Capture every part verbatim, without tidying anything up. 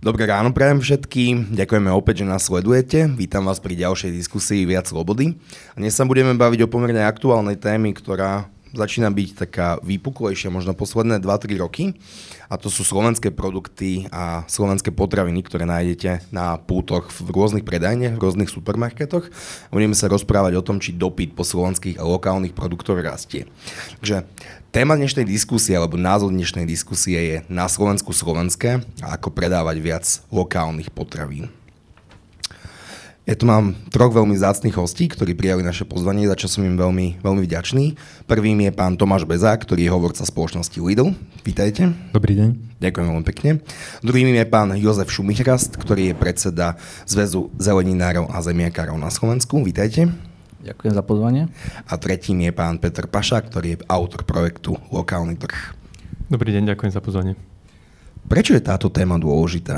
Dobré ráno prajem všetkým, ďakujeme opäť, že nás sledujete. Vítam vás pri ďalšej diskusii Viac slobody. A dnes sa budeme baviť o pomerne aktuálnej témy, ktorá začína byť taká výpuklejšia, možno posledné dva tri roky. A to sú slovenské produkty a slovenské potraviny, ktoré nájdete na pultoch v rôznych predajniach, v rôznych supermarketoch. A budeme sa rozprávať o tom, či dopyt po slovenských a lokálnych produktoch rastie. Takže téma dnešnej diskusie, alebo názov dnešnej diskusie je Na Slovensku slovenské a ako predávať viac lokálnych potravín. Ja tu mám troch veľmi vzácnych hostí, ktorí prijali naše pozvanie, za čo som im veľmi, veľmi vďačný. Prvým je pán Tomáš Bezák, ktorý je hovorca spoločnosti Lidl. Vítajte. Dobrý deň. Ďakujem veľmi pekne. Druhým je pán Jozef Šumichrast, ktorý je predseda Zväzu zeleninárov a zemiakárov na Slovensku. Vítajte. Ďakujem za pozvanie. A tretím je pán Peter Pašák, ktorý je autor projektu Lokálny trh. Dobrý deň, ďakujem za pozvanie. Prečo je táto téma dôležitá?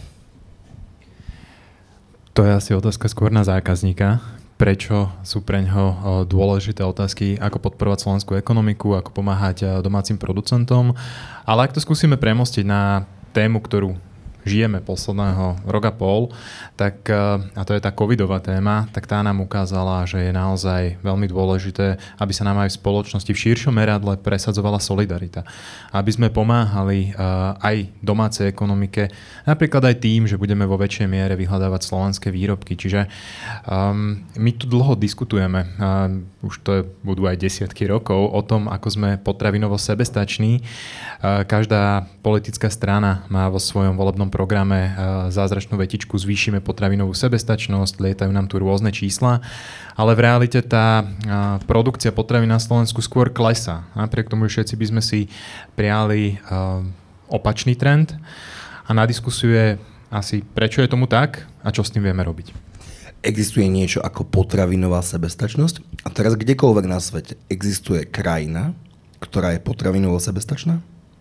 To je asi otázka skôr na zákazníka. Prečo sú pre ňoho dôležité otázky, ako podporovať slovenskú ekonomiku, ako pomáhať domácim producentom. Ale ak to skúsime premostiť na tému, ktorú žijeme posledného roka pol, tak, a to je tá covidová téma, tak tá nám ukázala, že je naozaj veľmi dôležité, aby sa nám aj v spoločnosti v širšom meradle presadzovala solidarita. Aby sme pomáhali uh, aj domácej ekonomike, napríklad aj tým, že budeme vo väčšej miere vyhľadávať slovenské výrobky. Čiže um, my tu dlho diskutujeme, uh, už to je, budú aj desiatky rokov, o tom, ako sme potravinovo sebestační. Uh, každá politická strana má vo svojom volebnom programe zázračnú vetičku zvýšime potravinovú sebestačnosť, lietajú nám tu rôzne čísla, ale v realite tá produkcia potravín na Slovensku skôr klesá. Napriek tomu, že všetci by sme si prijali opačný trend a na diskusiu je asi, prečo je tomu tak a čo s tým vieme robiť. Existuje niečo ako potravinová sebestačnosť? A teraz kdekoľvek na svete existuje krajina, ktorá je potravinovo sebestačná?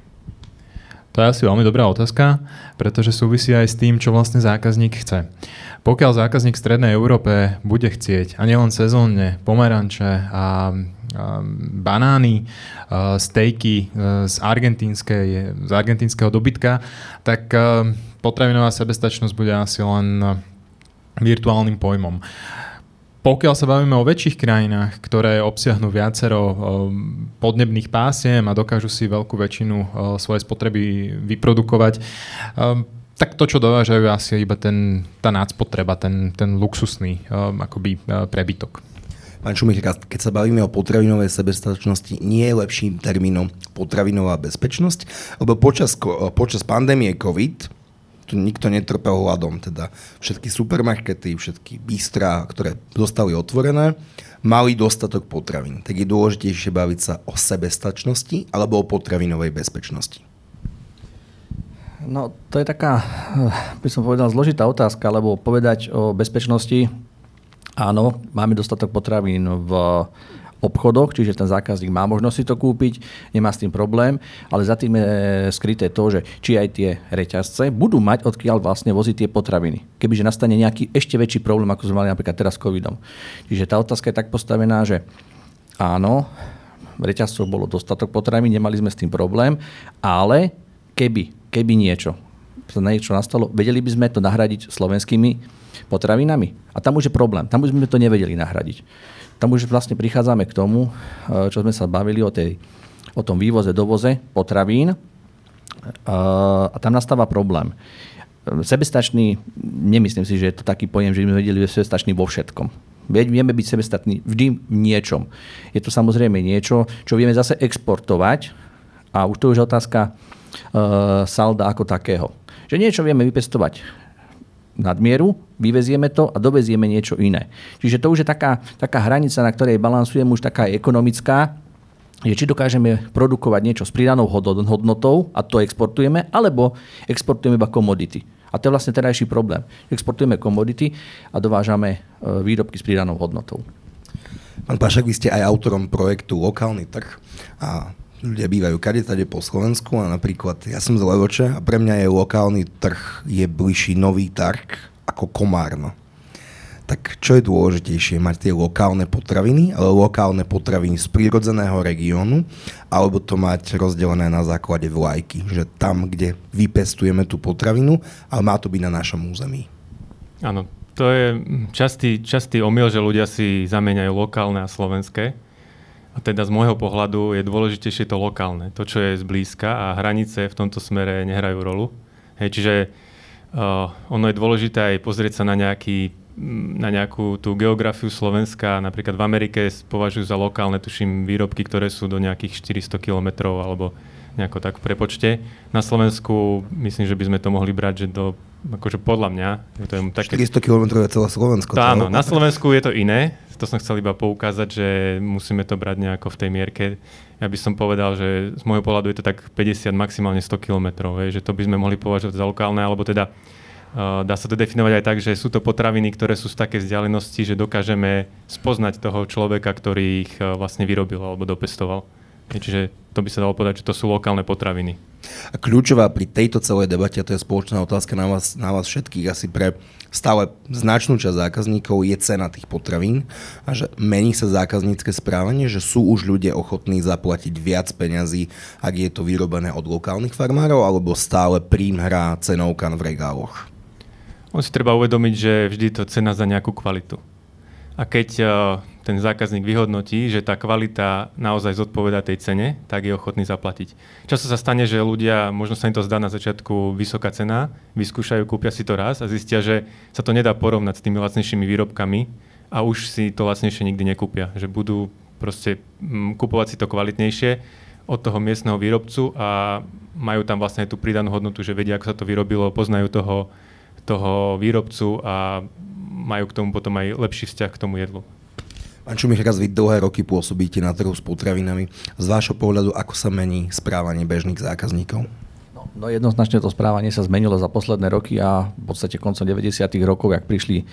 To je asi veľmi dobrá otázka, pretože súvisí aj s tým, čo vlastne zákazník chce. Pokiaľ zákazník v Strednej Európe bude chcieť, a nielen sezónne, pomeranče a, a banány, a stejky z, argentínskej, z argentínskeho dobytka, tak potravinová sebestačnosť bude asi len virtuálnym pojmom. Pokiaľ sa bavíme o väčších krajinách, ktoré obsiahnu viacero podnebných pásiem a dokážu si veľkú väčšinu svojej spotreby vyprodukovať, tak to, čo dovážajú, asi iba ten, tá nádspotreba, ten, ten luxusný akoby prebytok. Pán Šumichrast, keď sa bavíme o potravinovej sebestačnosti, nie je lepším termínom potravinová bezpečnosť? Lebo počas, počas pandémie COVID tu nikto netrpel hladom, teda všetky supermarkety, všetky bistrá, ktoré zostali otvorené, mali dostatok potravín. Tak je dôležitejšie baviť sa o sebestačnosti alebo o potravinovej bezpečnosti? No, to je taká, by som povedal, zložitá otázka, lebo povedať o bezpečnosti, áno, máme dostatok potravín v obchodoch, čiže ten zákazník má možnosť si to kúpiť, nemá s tým problém, ale za tým je skryté to, že či aj tie reťazce budú mať odkiaľ vlastne voziť tie potraviny. Kebyže nastane nejaký ešte väčší problém, ako sme mali napríklad teraz s covidom. Čiže tá otázka je tak postavená, že áno, v reťazcoch bolo dostatok potravín, nemali sme s tým problém, ale keby, keby niečo, niečo nastalo, vedeli by sme to nahradiť slovenskými potravinami. A tam už je problém, tam už sme to nevedeli nahradiť. Tam už vlastne prichádzame k tomu, čo sme sa bavili o, tej, o tom vývoze, dovoze potravín a tam nastáva problém. Sebestačný, nemyslím si, že je to taký pojem, že by sme vedeli byť sebestačný vo všetkom. Vieme byť sebestační vždy v niečom. Je to samozrejme niečo, čo vieme zase exportovať a už to už je otázka uh, salda ako takého. Že niečo vieme vypestovať nadmieru, vyvezieme to a dovezieme niečo iné. Čiže to už je taká, taká hranica, na ktorej balansujeme už taká ekonomická, že či dokážeme produkovať niečo s pridanou hodnotou a to exportujeme, alebo exportujeme iba komodity. A to je vlastne terajší problém. Exportujeme komodity a dovážame výrobky s pridanou hodnotou. Pán Pašák, vy ste aj autorom projektu Lokálny trh a ľudia bývajú kadetade po Slovensku a napríklad ja som z Levoče a pre mňa je lokálny trh je bližší Nový trh ako Komárno. Tak čo je dôležitejšie? Mať tie lokálne potraviny, ale lokálne potraviny z prírodzeného regiónu, alebo to mať rozdelené na základe vlajky, že tam, kde vypestujeme tú potravinu, ale má to byť na našom území. Áno, to je častý, častý omyl, že ľudia si zamieňajú lokálne a slovenské. A teda z môjho pohľadu je dôležitejšie to lokálne, to, čo je zblízka, a hranice v tomto smere nehrajú rolu. Hej, čiže uh, ono je dôležité aj pozrieť sa na nejaký na nejakú tú geografiu Slovenska. Napríklad v Amerike považujú za lokálne, tuším, výrobky, ktoré sú do nejakých štyristo kilometrov alebo nejako tak v prepočte. Na Slovensku myslím, že by sme to mohli brať, že do, akože podľa mňa... To je také... štyristo kilometrov je celé Slovensko. To, áno, na Slovensku je to iné. To som chcel iba poukázať, že musíme to brať nejako v tej mierke. Ja by som povedal, že z môjho pohľadu je to tak päťdesiat, maximálne sto kilometrov, že to by sme mohli považovať za lokálne, alebo teda Uh, dá sa to definovať aj tak, že sú to potraviny, ktoré sú z takej vzdialenosti, že dokážeme spoznať toho človeka, ktorý ich uh, vlastne vyrobil alebo dopestoval. Čiže to by sa dalo povedať, že to sú lokálne potraviny. A kľúčová pri tejto celej debate, a to je spoločná otázka na vás, na vás všetkých, asi pre stále značnú časť zákazníkov, je cena tých potravín a že mení sa zákaznícke správanie, že sú už ľudia ochotní zaplatiť viac peňazí, ak je to vyrobené od lokálnych farmárov, alebo stále príjm hrá cenovka v regáloch. On si treba uvedomiť, že vždy je to cena za nejakú kvalitu. A keď uh, ten zákazník vyhodnotí, že tá kvalita naozaj zodpovedá tej cene, tak je ochotný zaplatiť. Často sa stane, že ľudia, možno sa im to zdá na začiatku vysoká cena, vyskúšajú, kúpia si to raz a zistia, že sa to nedá porovnať s tými lacnejšími výrobkami a už si to lacnejšie nikdy nekúpia. Že budú proste m, kúpovať si to kvalitnejšie od toho miestneho výrobcu a majú tam vlastne tú pridanú hodnotu, že vedia, ako sa to vyrobilo, poznajú toho toho výrobcu a majú k tomu potom aj lepší vzťah k tomu jedlu. Pán Čumich, raz vy dlhé roky pôsobíte na trhu s potravinami. Z vášho pohľadu, ako sa mení správanie bežných zákazníkov? No, no jednoznačne to správanie sa zmenilo za posledné roky a v podstate koncom deväťdesiatych rokov, ak prišli e,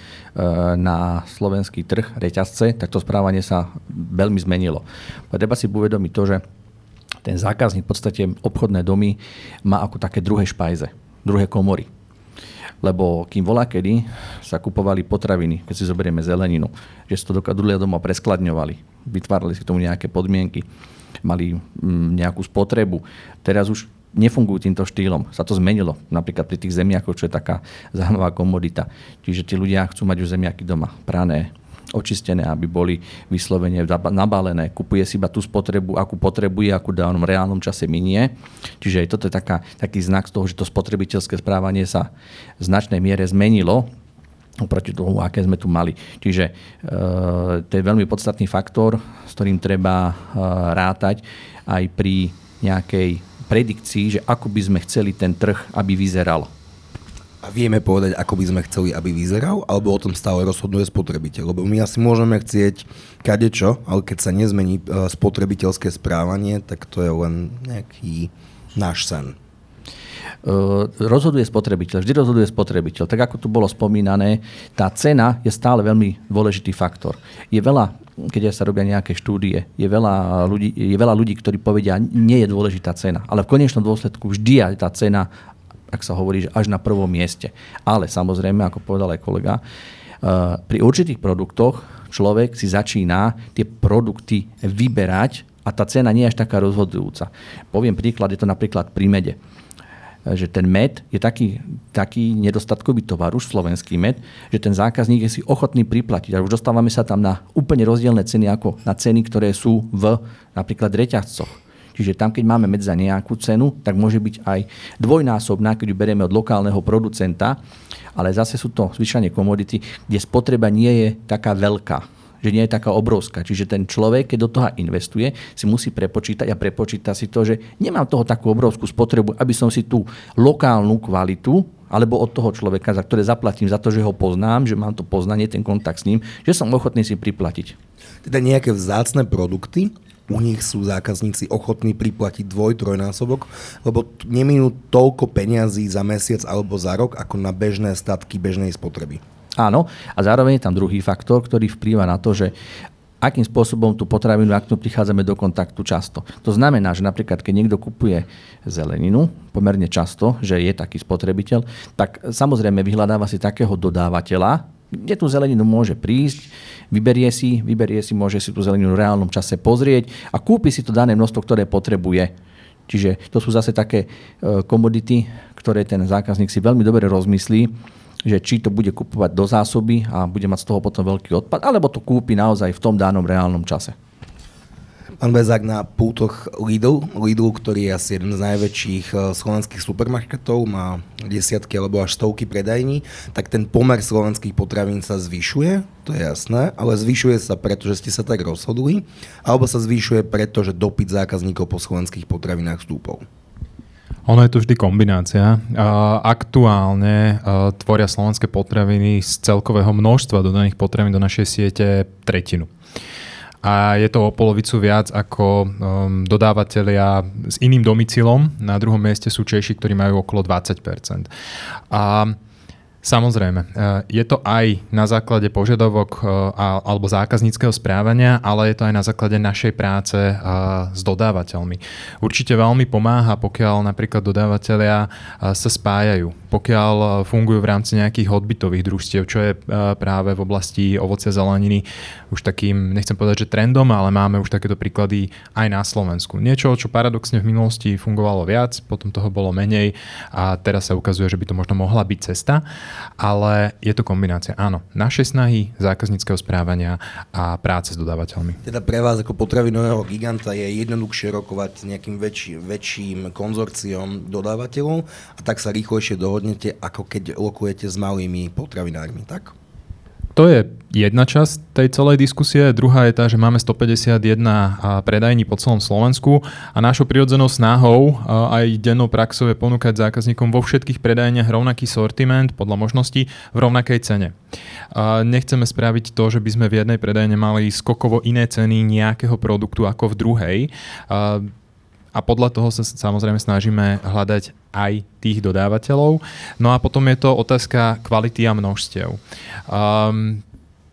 na slovenský trh reťazce, tak to správanie sa veľmi zmenilo. Treba si uvedomiť to, že ten zákazník v podstate obchodné domy má ako také druhé špajze, druhé komory. Lebo kým volá kedy sa kupovali potraviny, keď si zoberieme zeleninu, že si to ľudia doma preskladňovali, vytvárali si k tomu nejaké podmienky, mali mm, nejakú spotrebu. Teraz už nefungujú týmto štýlom. Sa to zmenilo. Napríklad pri tých zemiakoch, čo je taká zaujímavá komodita. Čiže tí ľudia chcú mať už zemiaky doma prané, očistené, aby boli vyslovene nabalené. Kupuje si iba tú spotrebu, akú potrebuje, akú dá v reálnom čase minie. Čiže toto je taká, taký znak z toho, že to spotrebiteľské správanie sa v značnej miere zmenilo oproti tomu, aké sme tu mali. Čiže e, to je veľmi podstatný faktor, s ktorým treba e, rátať aj pri nejakej predikcii, že ako by sme chceli ten trh, aby vyzeral. A vieme povedať, ako by sme chceli, aby vyzeral, alebo o tom stále rozhoduje spotrebiteľ? Lebo my asi môžeme chcieť kadečo, ale keď sa nezmení spotrebiteľské správanie, tak to je len nejaký náš sen. Uh, rozhoduje spotrebiteľ, vždy rozhoduje spotrebiteľ. Tak ako tu bolo spomínané, tá cena je stále veľmi dôležitý faktor. Je veľa, keď sa robia nejaké štúdie, je veľa ľudí, je veľa ľudí, ktorí povedia, nie je dôležitá cena, ale v konečnom dôsledku vždy je tá cena, ak sa hovorí, že až na prvom mieste. Ale samozrejme, ako povedal aj kolega, pri určitých produktoch človek si začína tie produkty vyberať a tá cena nie je až taká rozhodujúca. Poviem príklad, je to napríklad pri mede. Že ten med je taký, taký nedostatkový tovar, už slovenský med, že ten zákazník je si ochotný priplatiť. A už dostávame sa tam na úplne rozdielne ceny ako na ceny, ktoré sú v napríklad reťazcoch. Čiže tam, keď máme med za nejakú cenu, tak môže byť aj dvojnásobná, keď ju berieme od lokálneho producenta, ale zase sú to zvyčajne komodity, kde spotreba nie je taká veľká, že nie je taká obrovská. Čiže ten človek, keď do toho investuje, si musí prepočítať a prepočíta si to, že nemám toho takú obrovskú spotrebu, aby som si tú lokálnu kvalitu alebo od toho človeka, za ktoré zaplatím za to, že ho poznám, že mám to poznanie, ten kontakt s ním, že som ochotný si priplatiť. Teda nejaké vzácne produkty, u nich sú zákazníci ochotní priplatiť dvoj, trojnásobok, lebo neminú toľko peňazí za mesiac alebo za rok, ako na bežné statky bežnej spotreby. Áno, a zároveň je tam druhý faktor, ktorý vplýva na to, že akým spôsobom tú potravinu, ak tu prichádzame do kontaktu často. To znamená, že napríklad, keď niekto kupuje zeleninu pomerne často, že je taký spotrebiteľ, tak samozrejme vyhľadáva si takého dodávateľa, kde tú zeleninu môže prísť, vyberie si, vyberie si, môže si tú zeleninu v reálnom čase pozrieť a kúpi si to dané množstvo, ktoré potrebuje. Čiže to sú zase také komodity, ktoré ten zákazník si veľmi dobre rozmyslí, že či to bude kupovať do zásoby a bude mať z toho potom veľký odpad, alebo to kúpi naozaj v tom danom reálnom čase. Pán Bezák, na pultoch Lidl, Lidl, ktorý je asi jeden z najväčších slovenských supermarketov, má desiatky alebo až stovky predajní, tak ten pomer slovenských potravín sa zvyšuje, to je jasné, ale zvyšuje sa preto, že ste sa tak rozhodli, alebo sa zvyšuje preto, že dopyt zákazníkov po slovenských potravinách vstúpol? Ono je to vždy kombinácia. Aktuálne tvoria slovenské potraviny z celkového množstva dodaných potravín do našej siete tretinu. A je to o polovicu viac ako um, dodávateľia s iným domicilom. Na druhom mieste sú Češi, ktorí majú okolo dvadsať percent. A samozrejme, je to aj na základe požiadavok alebo zákazníckeho správania, ale je to aj na základe našej práce s dodávateľmi. Určite veľmi pomáha, pokiaľ napríklad dodávateľia sa spájajú, pokiaľ fungujú v rámci nejakých odbytových družstiev, čo je práve v oblasti ovocia zeleniny už takým, nechcem povedať, že trendom, ale máme už takéto príklady aj na Slovensku. Niečo, čo paradoxne v minulosti fungovalo viac, potom toho bolo menej a teraz sa ukazuje, že by to možno mohla byť cesta. Ale je to kombinácia, áno, našej snahy, zákazníckeho správania a práce s dodávateľmi. Teda pre vás ako potravinového giganta je jednoduchšie rokovať s nejakým väčší, väčším konzorciom dodávateľov a tak sa rýchlejšie dohodnete, ako keď lokujete s malými potravinármi, tak? To je jedna časť tej celej diskusie. Druhá je tá, že máme stopäťdesiatjeden predajní po celom Slovensku a našou prirodzenou snahou aj dennou praxou je ponúkať zákazníkom vo všetkých predajniach rovnaký sortiment podľa možností v rovnakej cene. Nechceme spraviť to, že by sme v jednej predajne mali skokovo iné ceny nejakého produktu ako v druhej. A podľa toho sa samozrejme snažíme hľadať aj tých dodávateľov. No a potom je to otázka kvality a množstiev. Um,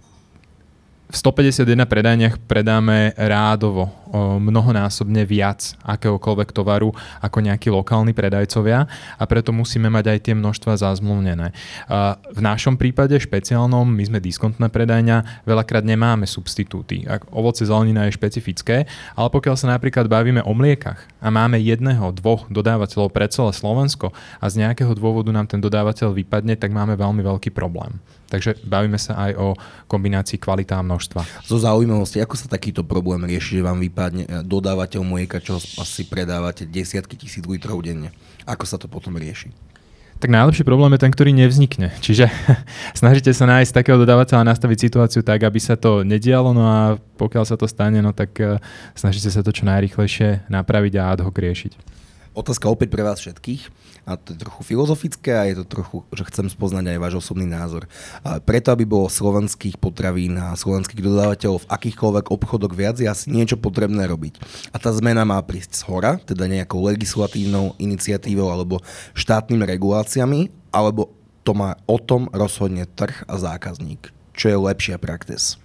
v stopäťdesiatjeden predajniach predáme rádovo o, mnohonásobne viac akéhokoľvek tovaru ako nejakí lokálni predajcovia a preto musíme mať aj tie množstva zazmluvnené. A v našom prípade špeciálnom, my sme diskontná predajňa, veľakrát nemáme substitúty. Ak ovocie zelenina je špecifické, ale pokiaľ sa napríklad bavíme o mliekach a máme jedného, dvoch dodávateľov pre celé Slovensko a z nejakého dôvodu nám ten dodávateľ vypadne, tak máme veľmi veľký problém. Takže bavíme sa aj o kombinácii kvalita a množstva. Zo zaujímavosti, ako sa takýto problém rieši, že vám vypadne dodávateľ mlieka, čo asi predávate desiatky tisíc litrov denne? Ako sa to potom rieši? Tak najlepší problém je ten, ktorý nevznikne. Čiže snažíte sa nájsť takého dodávateľa a nastaviť situáciu tak, aby sa to nedialo, no a pokiaľ sa to stane, no tak snažíte sa to čo najrýchlejšie napraviť a ad hoc riešiť. Otázka opäť pre vás všetkých, a to je trochu filozofické a je to trochu, že chcem spoznať aj váš osobný názor. A preto, aby bolo slovenských potravín a slovenských dodávateľov v akýchkoľvek obchodoch viac, je asi niečo potrebné robiť. A tá zmena má prísť zhora, teda nejakou legislatívnou iniciatívou alebo štátnymi reguláciami, alebo to má o tom rozhodne trh a zákazník. Čo je lepšia praxis?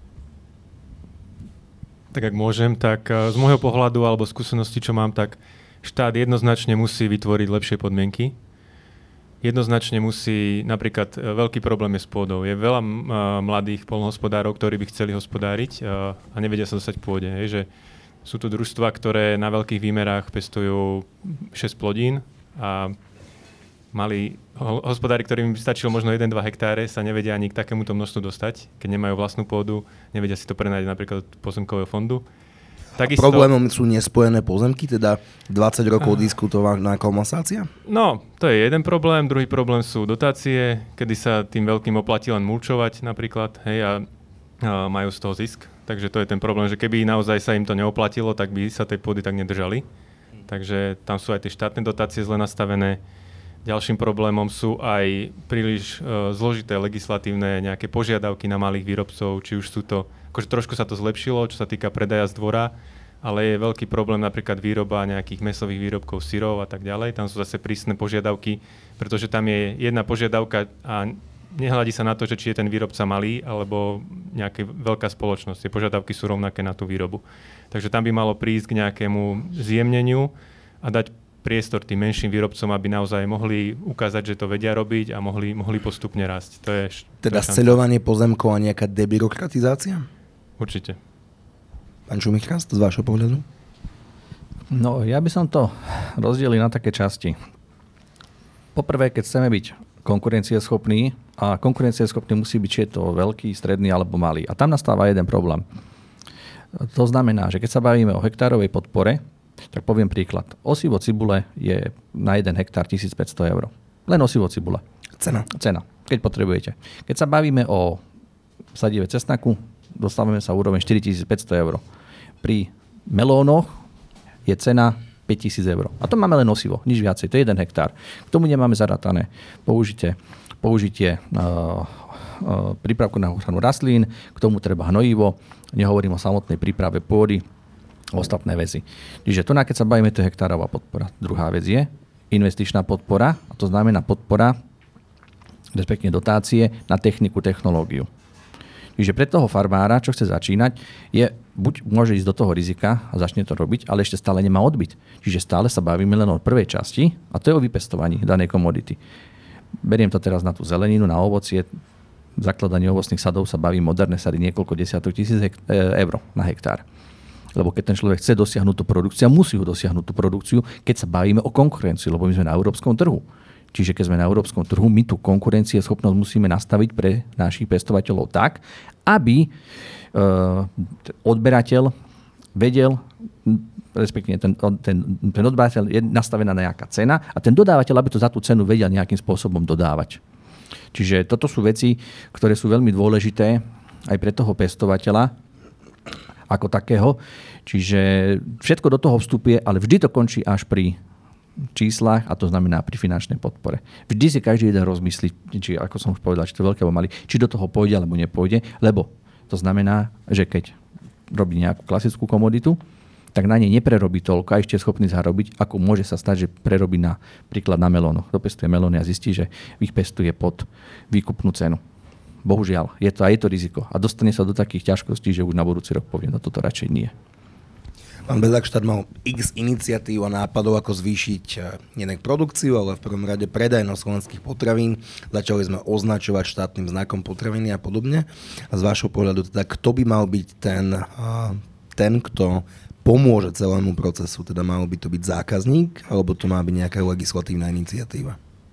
Tak ak môžem, tak z môjho pohľadu alebo skúsenosti, čo mám, tak štát jednoznačne musí vytvoriť lepšie podmienky. Jednoznačne musí, napríklad veľký problém je s pôdou. Je veľa mladých poľnohospodárov, ktorí by chceli hospodáriť a nevedia sa dostať k pôde. Je, že sú to družstva, ktoré na veľkých výmerách pestujú šesť plodín a mali hospodári, ktorým by stačilo možno jeden až dva hektáre, sa nevedia ani k takémuto množstvu dostať, keď nemajú vlastnú pôdu, nevedia si to prenajať napríklad od pozemkového fondu. Takisto... Problémom sú nespojené pozemky, teda dvadsať rokov diskutovaná komasácia? No, to je jeden problém. Druhý problém sú dotácie, kedy sa tým veľkým oplatí len mulčovať napríklad, hej, a, a majú z toho zisk. Takže to je ten problém, že keby naozaj sa im to neoplatilo, tak by sa tej pôdy tak nedržali. Takže tam sú aj tie štátne dotácie zle nastavené. Ďalším problémom sú aj príliš uh, zložité legislatívne nejaké požiadavky na malých výrobcov, či už sú to, akože trošku sa to zlepšilo, čo sa týka predaja z dvora, ale je veľký problém napríklad výroba nejakých mäsových výrobkov, syrov a tak ďalej. Tam sú zase prísne požiadavky, pretože tam je jedna požiadavka a nehľadí sa na to, že či je ten výrobca malý alebo nejaká veľká spoločnosť. Tie požiadavky sú rovnaké na tú výrobu. Takže tam by malo prísť k nejakému zjemneniu a dať priestor tým menším výrobcom, aby naozaj mohli ukázať, že to vedia robiť a mohli, mohli postupne rásť. To je, teda to je sceľovanie pozemkov a nejaká debyrokratizácia? Určite. Pán Šumichrast, z vášho pohľadu? No, ja by som to rozdielil na také časti. Poprvé, keď chceme byť konkurencieschopní, a konkurencieschopný musí byť, či je to veľký, stredný alebo malý. A tam nastáva jeden problém. To znamená, že keď sa bavíme o hektárovej podpore, tak poviem príklad. Osivo cibule je na jeden hektár tisícpäťsto eur. Len osivo cibule. Cena. Cena, keď potrebujete. Keď sa bavíme o sadive cesnaku, dostávame sa úroveň štyritisícpäťsto eur. Pri melónoch je cena päťtisíc eur. A to máme len osivo, nič viacej. To je jeden hektár. K tomu nemáme zarátané použitie, použitie uh, uh, prípravku na ochranu rastlín, k tomu treba hnojivo, nehovorím o samotnej príprave pôdy, ostatné veci. Čiže to, keď sa bavíme, to je hektárová podpora. Druhá vec je investičná podpora, a to znamená podpora, respektíve dotácie na techniku, technológiu. Čiže pre toho farmára, čo chce začínať, je, buď môže ísť do toho rizika a začne to robiť, ale ešte stále nemá odbyt. Čiže stále sa bavíme len o prvej časti, a to je o vypestovaní danej komodity. Beriem to teraz na tú zeleninu, na ovocie, zakladanie ovocných sadov sa baví moderné sady niekoľko desiatok tisíc hekt- eur na hektár. Lebo keď ten človek chce dosiahnuť tú produkciu, musí ho dosiahnuť tú produkciu, keď sa bavíme o konkurencii, lebo my sme na európskom trhu. Čiže keď sme na európskom trhu, my tú konkurencieschopnosť musíme nastaviť pre našich pestovateľov tak, aby e, odberateľ vedel, respektíve ten, ten, ten odberateľ je nastavená nejaká cena a ten dodávateľ, aby to za tú cenu vedel nejakým spôsobom dodávať. Čiže toto sú veci, ktoré sú veľmi dôležité aj pre toho pestovateľa ako takého. Čiže všetko do toho vstupuje, ale vždy to končí až pri číslach, a to znamená pri finančnej podpore. Vždy si každý jeden rozmyslí, či, ako som už povedal, či to veľké alebo malý, či do toho pôjde alebo nepôjde, lebo to znamená, že keď robí nejakú klasickú komoditu, tak na nej neprerobí toľko a ešte je schopný zarobiť, ako môže sa stať, že prerobí na príklad na melónoch. Kto pestuje melóny a zistí, že ich pestuje pod výkupnú cenu. Bohužiaľ, je to aj to riziko. A dostane sa do takých ťažkostí, že už na budúci rok povie, no toto radšej nie. Pán Bezák-štát mal x iniciatív a nápadov, ako zvýšiť nielen produkciu, ale v prvom rade predajnosť slovenských potravín. Začali sme označovať štátnym znakom potraviny a podobne. A z vášho pohľadu teda, kto by mal byť ten, ten, kto pomôže celému procesu? Teda mal by to byť zákazník, alebo to má byť nejaká legislatívna iniciatíva?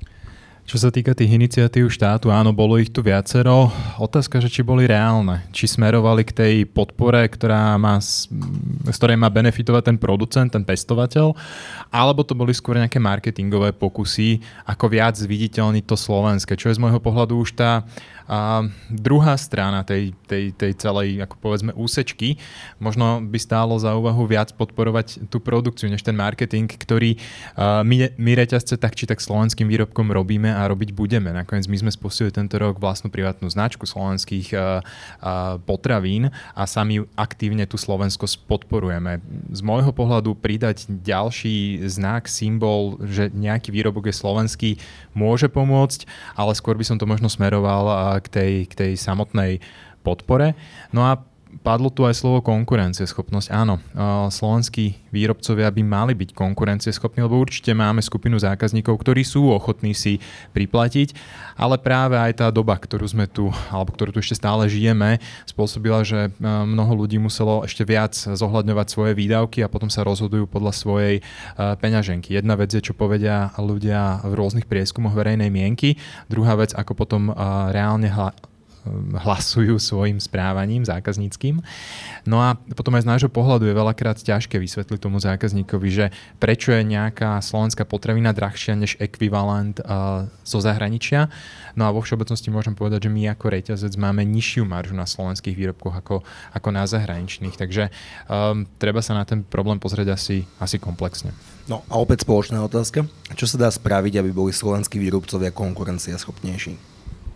Čo sa týka tých iniciatív štátu, áno, bolo ich tu viacero. Otázka, že či boli reálne. Či smerovali k tej podpore, ktorá má, z ktorej má benefitovať ten producent, ten pestovateľ, alebo to boli skôr nejaké marketingové pokusy, ako viac zviditeľniť to slovenské. Čo je z môjho pohľadu už tá a druhá strana tej, tej, tej celej, ako povedzme, úsečky. Možno by stálo za úvahu viac podporovať tú produkciu, než ten marketing, ktorý uh, my, my reťazce tak či tak slovenským výrobkom robíme a robiť budeme. Nakoniec my sme spustili tento rok vlastnú privátnu značku slovenských uh, uh, potravín a sami aktívne tú slovenskosť podporujeme. Z môjho pohľadu pridať ďalší znak, symbol, že nejaký výrobok je slovenský, môže pomôcť, ale skôr by som to možno smeroval uh, k tej, k tej samotnej podpore. No a padlo tu aj slovo konkurencieschopnosť. Áno, slovenskí výrobcovia by mali byť konkurencieschopní, lebo určite máme skupinu zákazníkov, ktorí sú ochotní si priplatiť, ale práve aj tá doba, ktorú sme tu, alebo ktorú tu ešte stále žijeme, spôsobila, že mnoho ľudí muselo ešte viac zohľadňovať svoje výdavky a potom sa rozhodujú podľa svojej peňaženky. Jedna vec je, čo povedia ľudia v rôznych prieskumoch verejnej mienky, druhá vec, ako potom reálne hla- hlasujú svojim správaním zákazníckým. No a potom aj z nášho pohľadu je veľakrát ťažké vysvetliť tomu zákazníkovi, že prečo je nejaká slovenská potravina drahšia než ekvivalent uh, zo zahraničia. No a vo všeobecnosti môžem povedať, že my ako reťazec máme nižšiu maržu na slovenských výrobkoch ako, ako na zahraničných. Takže um, treba sa na ten problém pozrieť asi, asi komplexne. No a opäť spoločná otázka. Čo sa dá spraviť, aby boli slovenskí výrobcovia konkurencieschopnejší?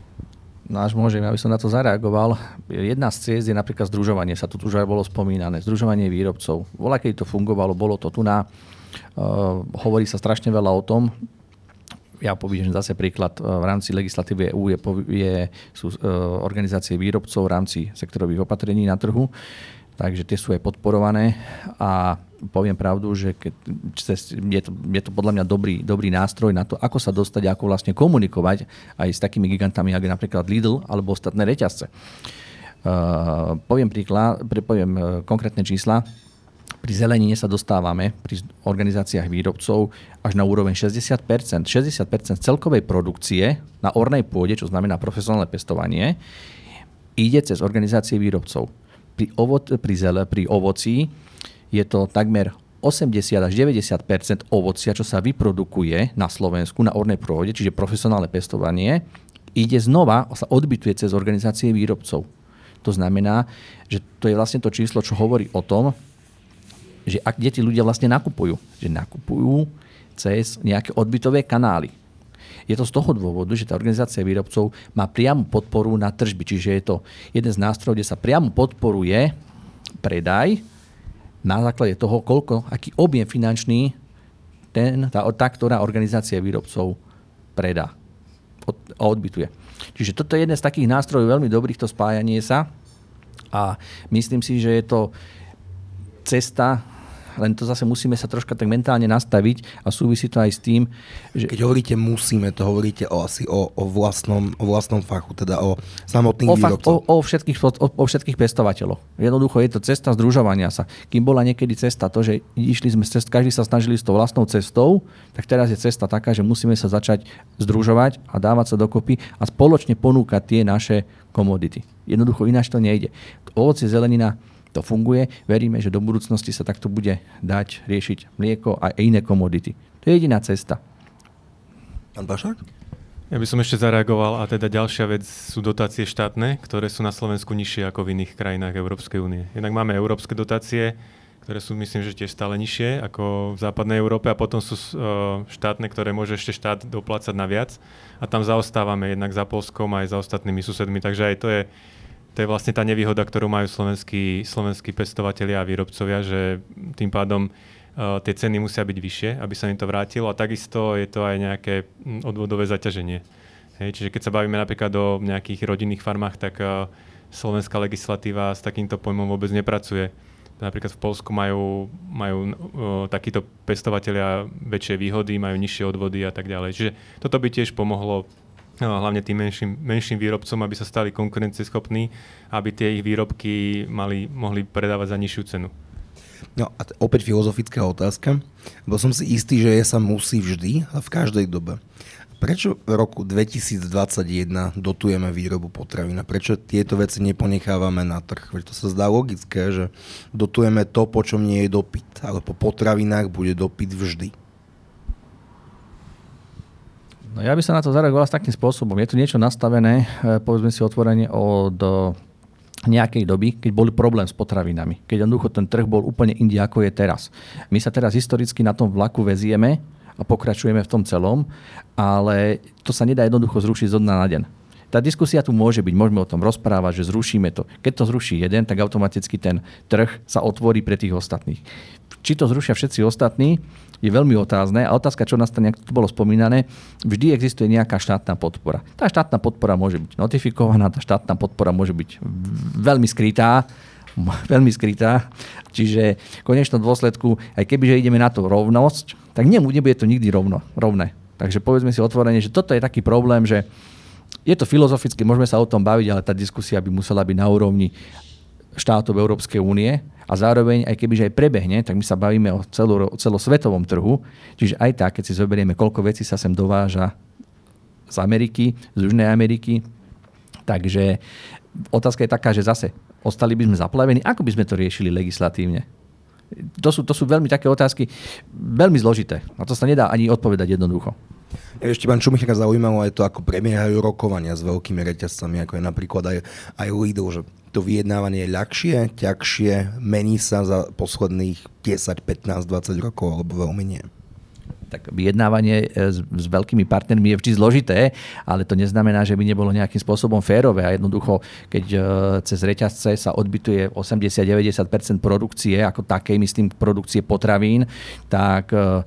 No až môžem, aby som na to zareagoval. Jedna z ciest je napríklad združovanie, sa tu už aj bolo spomínané. Združovanie výrobcov. Voľa, keď to fungovalo, bolo to tu na... Uh, hovorí sa strašne veľa o tom. Ja poviem zase príklad. V rámci legislatívy é ú je, je, sú uh, organizácie výrobcov v rámci sektorových opatrení na trhu. takže tie sú aj podporované a poviem pravdu, že keď, je, to, je to podľa mňa dobrý, dobrý nástroj na to, ako sa dostať, ako vlastne komunikovať aj s takými gigantami, ako je napríklad Lidl alebo ostatné reťazce. Uh, poviem príklad, poviem uh, konkrétne čísla. Pri zelenine sa dostávame pri organizáciách výrobcov až na úroveň šesťdesiat percent. šesťdesiat percent celkovej produkcie na ornej pôde, čo znamená profesionálne pestovanie, ide cez organizácie výrobcov. Pri, ovo- pri, zele, pri ovocí je to takmer osemdesiat až deväťdesiat percent ovocia, čo sa vyprodukuje na Slovensku na ornej pôde, čiže profesionálne pestovanie, ide znova, sa odbytuje cez organizácie výrobcov. To znamená, že to je vlastne to číslo, čo hovorí o tom, že ak, kde tí ľudia vlastne nakupujú. Že nakupujú cez nejaké odbytové kanály. Je to z toho dôvodu, že tá organizácia výrobcov má priamu podporu na tržby. Čiže je to jeden z nástrojov, kde sa priamo podporuje predaj na základe toho, koľko, aký objem finančný ten, tá, tá ktorá organizácia výrobcov predá a odbytuje. Čiže toto je jeden z takých nástrojov veľmi dobrých, to spájanie sa. A myslím si, že je to cesta, len to zase musíme sa troška tak mentálne nastaviť a súvisí to aj s tým, že... Keď hovoríte musíme, to hovoríte o, asi o, o, vlastnom, o vlastnom fachu, teda o samotných o výrobcoch. Fakt, o, o, všetkých, o, o všetkých pestovateľoch. Jednoducho je to cesta združovania sa. Kým bola niekedy cesta to, že išli sme cest, každý sa snažili s tou vlastnou cestou, tak teraz je cesta taká, že musíme sa začať združovať a dávať sa dokopy a spoločne ponúkať tie naše komodity. Jednoducho ináč to nejde. Ovocie, zelenina, to funguje. Veríme, že do budúcnosti sa takto bude dať riešiť mlieko a iné komodity. To je jediná cesta. Pán Bašák? Ja by som ešte zareagoval a teda ďalšia vec sú dotácie štátne, ktoré sú na Slovensku nižšie ako v iných krajinách Európskej únie. Jednak máme európske dotácie, ktoré sú myslím, že tiež stále nižšie ako v západnej Európe a potom sú uh, štátne, ktoré môže ešte štát doplácať na viac a tam zaostávame jednak za Poľskom aj za ostatnými susedmi, takže aj to je To je vlastne tá nevýhoda, ktorú majú slovenskí, slovenskí pestovatelia a výrobcovia, že tým pádom uh, tie ceny musia byť vyššie, aby sa im to vrátilo a takisto je to aj nejaké odvodové zaťaženie. Hej, čiže keď sa bavíme napríklad o nejakých rodinných farmách, tak uh, slovenská legislatíva s takýmto pojmom vôbec nepracuje. Napríklad v Poľsku majú, majú uh, takíto pestovatelia väčšie výhody, majú nižšie odvody a tak ďalej. Čiže toto by tiež pomohlo hlavne tým menším, menším výrobcom, aby sa stali konkurencieschopní, aby tie ich výrobky mali, mohli predávať za nižšiu cenu. No a t- opäť filozofická otázka, lebo som si istý, že je sa musí vždy a v každej dobe. Prečo v roku dvetisícdvadsaťjeden dotujeme výrobu potravín a prečo tieto veci neponechávame na trh? Veď to sa zdá logické, že dotujeme to, po čom nie je dopyt, ale po potravinách bude dopyt vždy. No ja by som na to zareagoval s takým spôsobom. Je tu niečo nastavené, povedzme si otvorene od nejakej doby, keď boli problém s potravinami. Keď jednoducho ten trh bol úplne inde, ako je teraz. My sa teraz historicky na tom vlaku vezieme a pokračujeme v tom celom, ale to sa nedá jednoducho zrušiť zo dňa na deň. Tá diskusia tu môže byť, môžeme o tom rozprávať, že zrušíme to. Keď to zruší jeden, tak automaticky ten trh sa otvorí pre tých ostatných. Či to zrušia všetci ostatní, je veľmi otázne. A otázka, čo nastane, ako to bolo spomínané, vždy existuje nejaká štátna podpora. Tá štátna podpora môže byť notifikovaná, tá štátna podpora môže byť veľmi skrytá, veľmi skrytá. Čiže v konečnom dôsledku, aj kebyže ideme na to rovnosť, tak nebude to nikdy rovno, rovné. Takže povedzme si otvorene, že toto je taký problém, že je to filozoficky, môžeme sa o tom baviť, ale tá diskusia by musela byť na úrovni štátov Európskej únie a zároveň, aj kebyže aj prebehne, tak my sa bavíme o, celo, o celosvetovom trhu, čiže aj tak, keď si zoberieme, koľko vecí sa sem dováža z Ameriky, z Južnej Ameriky, takže otázka je taká, že zase ostali by sme zaplavení, ako by sme to riešili legislatívne? To sú, to sú veľmi také otázky, veľmi zložité. Na to sa nedá ani odpovedať jednoducho. Ešte pán Šumichra zaujímalo aj to, ako prebiehajú rokovania s veľkými reťazcami, ako je napríklad aj, aj Lidl, že to vyjednávanie je ľahšie, ťažšie, mení sa za posledných desať, pätnásť, dvadsať rokov, alebo veľmi nie? Tak vyjednávanie s, s veľkými partnermi je vždy zložité, ale to neznamená, že by nebolo nejakým spôsobom férové a jednoducho, keď cez reťazce sa odbytuje osemdesiat až deväťdesiat percent produkcie, ako takej, myslím, produkcie potravín, tak uh,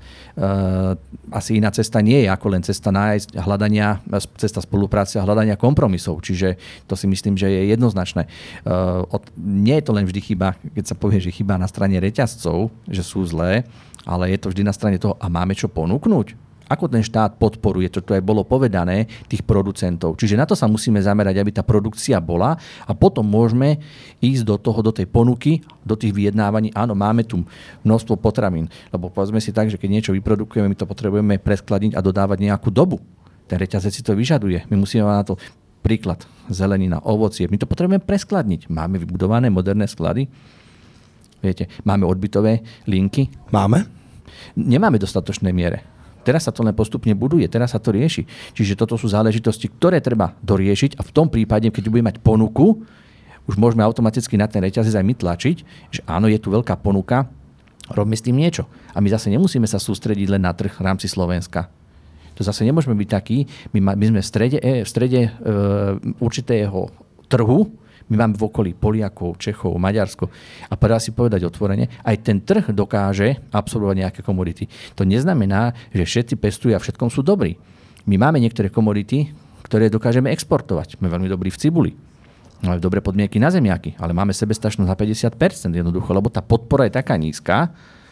asi iná cesta nie je ako len cesta nájsť hľadania, cesta spolupráce a hľadania kompromisov. Čiže to si myslím, že je jednoznačné. Uh, od, nie je to len vždy chyba, keď sa povie, že chyba na strane reťazcov, že sú zlé, ale je to vždy na strane toho, a máme čo ponúknuť? Ako ten štát podporuje, čo tu aj bolo povedané, tých producentov. Čiže na to sa musíme zamerať, aby tá produkcia bola a potom môžeme ísť do toho, do tej ponuky, do tých vyjednávaní. Áno, máme tu množstvo potravín, lebo povedzme si tak, že keď niečo vyprodukujeme, my to potrebujeme preskladniť a dodávať nejakú dobu. Ten reťazec si to vyžaduje. My musíme mať na to príklad zelenina, ovocie. My to potrebujeme preskladniť. Máme vybudované moderné sklady. Viete, máme odbytové linky. Máme? Nemáme v dostatočnej miere. Teraz sa to len postupne buduje, teraz sa to rieši. Čiže toto sú záležitosti, ktoré treba doriešiť a v tom prípade, keď budeme mať ponuku, už môžeme automaticky na ten reťazec aj my tlačiť, že áno, je tu veľká ponuka, robíme s tým niečo. A my zase nemusíme sa sústrediť len na trh v rámci Slovenska. To zase nemôžeme byť takí, my, my sme v strede, v strede e, určitého trhu, my máme v okolí Poliakov, Čechov, Maďarsko a treba si povedať otvorene, aj ten trh dokáže absorbovať nejaké komodity. To neznamená, že všetci pestujú a všetkom sú dobrí. My máme niektoré komodity, ktoré dokážeme exportovať. Sme veľmi dobrí v cibuli. Máme dobré podmienky na zemiaky, ale máme sebestačnosť na päťdesiat percent jednoducho, lebo tá podpora je taká nízka,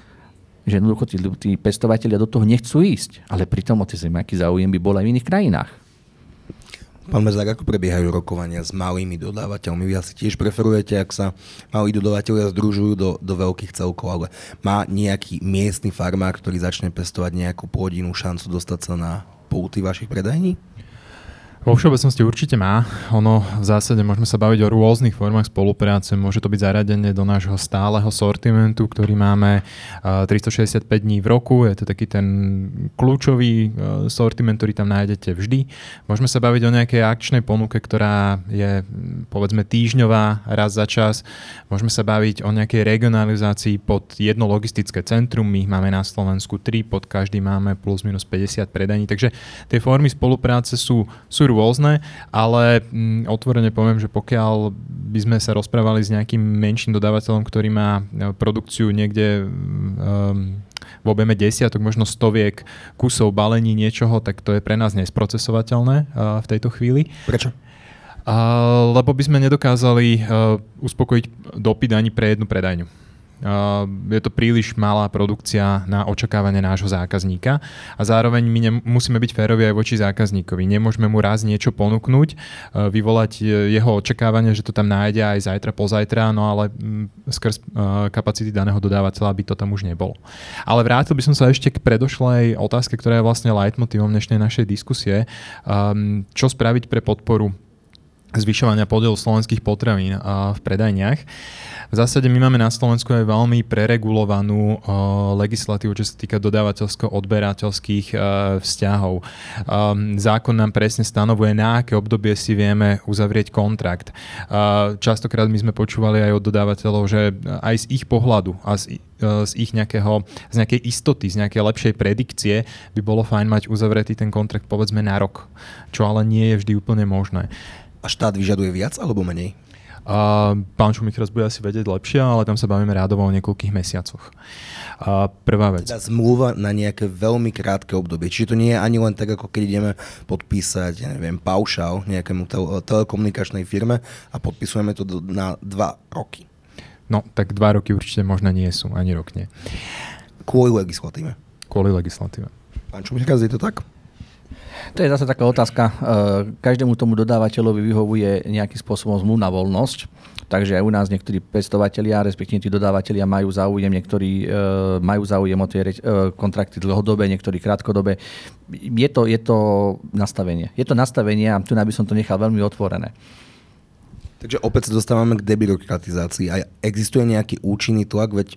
že jednoducho tí, tí pestovatelia do toho nechcú ísť. Ale pritom o tie zemiaky záujem by bol aj v iných krajinách. Pán Mrzák, ako prebiehajú rokovania s malými dodávateľmi? Vy asi tiež preferujete, ak sa malí dodávateľia združujú do, do veľkých celkov, ale má nejaký miestny farmár, ktorý začne pestovať nejakú pôdinu, šancu dostať sa na pulty vašich predajní? Vo všeobecnosti určite má. Ono v zásade môžeme sa baviť o rôznych formách spolupráce. Môže to byť zaradenie do nášho stáleho sortimentu, ktorý máme tristošesťdesiatpäť dní v roku. Je to taký ten kľúčový sortiment, ktorý tam nájdete vždy. Môžeme sa baviť o nejakej akčnej ponuke, ktorá je povedzme týždňová, raz za čas. Môžeme sa baviť o nejakej regionalizácii pod jedno logistické centrum. My máme na Slovensku tri, pod každý máme plus minus päťdesiat predajní. Takže tie formy spolupráce sú, sú rôzne, ale m, otvorene poviem, že pokiaľ by sme sa rozprávali s nejakým menším dodávateľom, ktorý má produkciu niekde um, v objeme desiatok, možno stoviek kusov balení niečoho, tak to je pre nás nesprocesovateľné uh, v tejto chvíli. Prečo? Uh, lebo by sme nedokázali uh, uspokojiť dopyt ani pre jednu predajňu. Uh, je to príliš malá produkcia na očakávanie nášho zákazníka a zároveň my ne- musíme byť férovi aj voči zákazníkovi. Nemôžeme mu raz niečo ponúknuť, uh, vyvolať jeho očakávanie, že to tam nájde aj zajtra, pozajtra, no ale m, skrz uh, kapacity daného dodávateľa by to tam už nebolo. Ale vrátil by som sa ešte k predošlej otázke, ktorá je vlastne leitmotívom dnešnej našej diskusie. Um, čo spraviť pre podporu zvyšovania podielu slovenských potravín uh, v predajniach. V zásade my máme na Slovensku aj veľmi preregulovanú uh, legislatívu, čo sa týka dodávateľsko-odberateľských uh, vzťahov. Um, zákon nám presne stanovuje, na aké obdobie si vieme uzavrieť kontrakt. Uh, častokrát my sme počúvali aj od dodávateľov, že aj z ich pohľadu a z, uh, z ich nejakého, z nejakej istoty, z nejakej lepšej predikcie by bolo fajn mať uzavretý ten kontrakt povedzme na rok, čo ale nie je vždy úplne možné. A štát vyžaduje viac alebo menej? Uh, pán Šumich teraz bude asi vedieť lepšie, ale tam sa bavíme rádovo o niekoľkých mesiacoch. Uh, prvá vec. Teda zmluva na nejaké veľmi krátke obdobie. Čiže to nie je ani len tak, ako keď ideme podpísať, ja neviem, paušál nejakému tel- telekomunikačnej firme a podpisujeme to do, na dva roky. No, tak dva roky určite možno nie sú, ani rok nie. Kvôli legislatíve. Kvôli legislatíve. Pán Šumich, je to tak? To je zase taká otázka. Každému tomu dodávateľovi vyhovuje nejakým spôsobom zmluvná voľnosť. Takže aj u nás niektorí pestovatelia, respektíve tí dodávateľia majú záujem, niektorí majú záujem o tie kontrakty dlhodobé, niektorí krátkodobé. Je to, je to nastavenie. Je to nastavenie a tu by som to nechal veľmi otvorené. Takže opäť sa dostávame k debyrokratizácii. A existuje nejaký účinný tlak, veď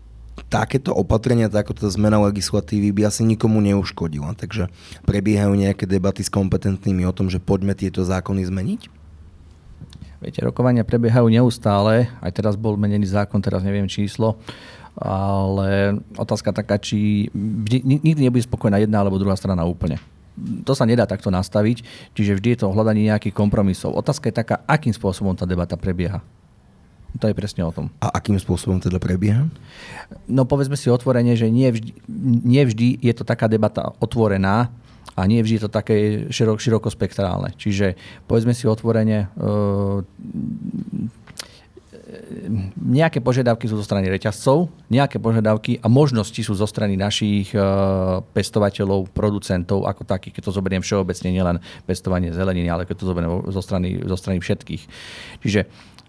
takéto opatrenia, takáto zmena legislatívy by asi nikomu neuškodila. Takže prebiehajú nejaké debaty s kompetentnými o tom, že poďme tieto zákony zmeniť? Viete, rokovania prebiehajú neustále, aj teraz bol menený zákon, teraz neviem číslo, ale otázka taká, či vždy, nikdy nebude spokojná jedna alebo druhá strana úplne. To sa nedá takto nastaviť, čiže vždy je to hľadanie nejakých kompromisov. Otázka je taká, akým spôsobom tá debata prebieha. To je presne o tom. A akým spôsobom teda prebieha? No povedzme si otvorene, že nie vždy, nie vždy je to taká debata otvorená, a nie vždy je to také širok, širokospektrálne. Čiže povedzme si otvorene, e, nejaké požiadavky sú zo strany reťazcov, nejaké požiadavky a možnosti sú zo strany našich e, pestovateľov, producentov, ako takých, keď to zoberiem všeobecne, nielen pestovanie zeleniny, ale keď to zoberiem zo strany, zo strany všetkých. Čiže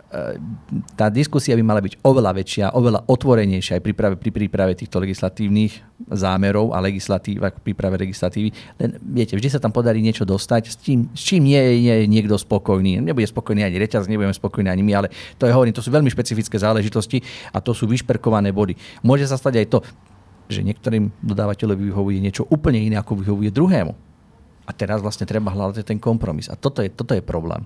tá diskusia by mala byť oveľa väčšia, oveľa otvorenejšia aj príprave, pri príprave týchto legislatívnych zámerov a legislatív, ako príprave legislatívy. Len viete, vždy sa tam podarí niečo dostať, s čím, s čím nie je niekto spokojný. Nebude spokojný ani reťaz, nebudeme spokojní ani my, ale to je hovorím, to sú veľmi špecifické záležitosti a to sú vyšperkované body. Môže sa stať aj to, že niektorým dodávateľovi vyhovuje niečo úplne iné, ako vyhovuje druhému. A teraz vlastne treba hľadať ten kompromis. A toto je, toto je problém.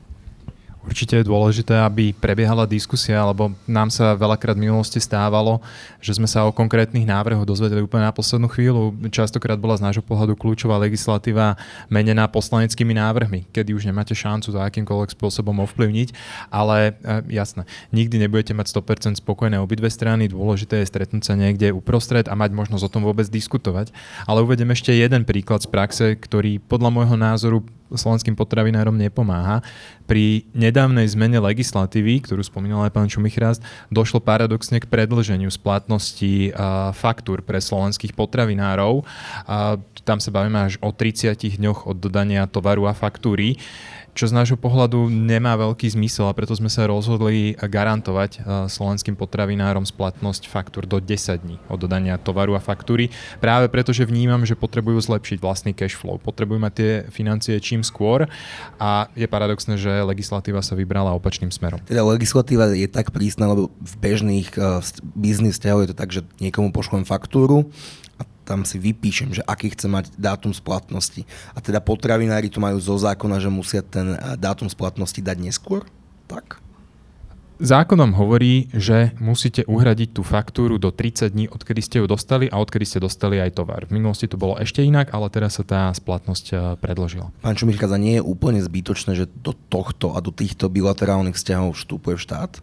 Určite je dôležité, aby prebiehala diskusia, lebo nám sa veľakrát v minulosti stávalo, že sme sa o konkrétnych návrhoch dozvedeli úplne na poslednú chvíľu. Častokrát bola z nášho pohľadu kľúčová legislatíva menená poslaneckými návrhmi, kedy už nemáte šancu to akýmkoľvek spôsobom ovplyvniť, ale e, jasné, nikdy nebudete mať sto percent spokojné obidve strany, dôležité je stretnúť sa niekde uprostred a mať možnosť o tom vôbec diskutovať. Ale uvedem ešte jeden príklad z praxe, ktorý podľa môjho názoru slovenským potravinárom nepomáha. Pri nedávnej zmene legislatívy, ktorú spomínal aj pán Čumichrast, došlo paradoxne k predĺženiu splatnosti uh, faktúr pre slovenských potravinárov. Uh, tam sa bavíme až o tridsiatich dňoch od dodania tovaru a faktúry, čo z nášho pohľadu nemá veľký zmysel a preto sme sa rozhodli garantovať slovenským potravinárom splatnosť faktúr do desať dní od dodania tovaru a faktúry. Práve preto, že vnímam, že potrebujú zlepšiť vlastný cash flow. Potrebujú mať tie financie čím skôr a je paradoxné, že legislatíva sa vybrala opačným smerom. Teda legislatíva je tak prísna, lebo v bežných uh, biznis vzťahoch je to tak, že niekomu pošlem faktúru a tam si vypíšem, že aký chce mať dátum splatnosti. A teda potravinári to majú zo zákona, že musia ten dátum splatnosti dať neskôr? Tak? Zákonom hovorí, že musíte uhradiť tú faktúru do tridsať dní, odkedy ste ju dostali a odkedy ste dostali aj tovar. V minulosti to bolo ešte inak, ale teraz sa tá splatnosť predĺžila. Pán Čumichrast, nie je úplne zbytočné, že do tohto a do týchto bilaterálnych vzťahov vstupuje štát?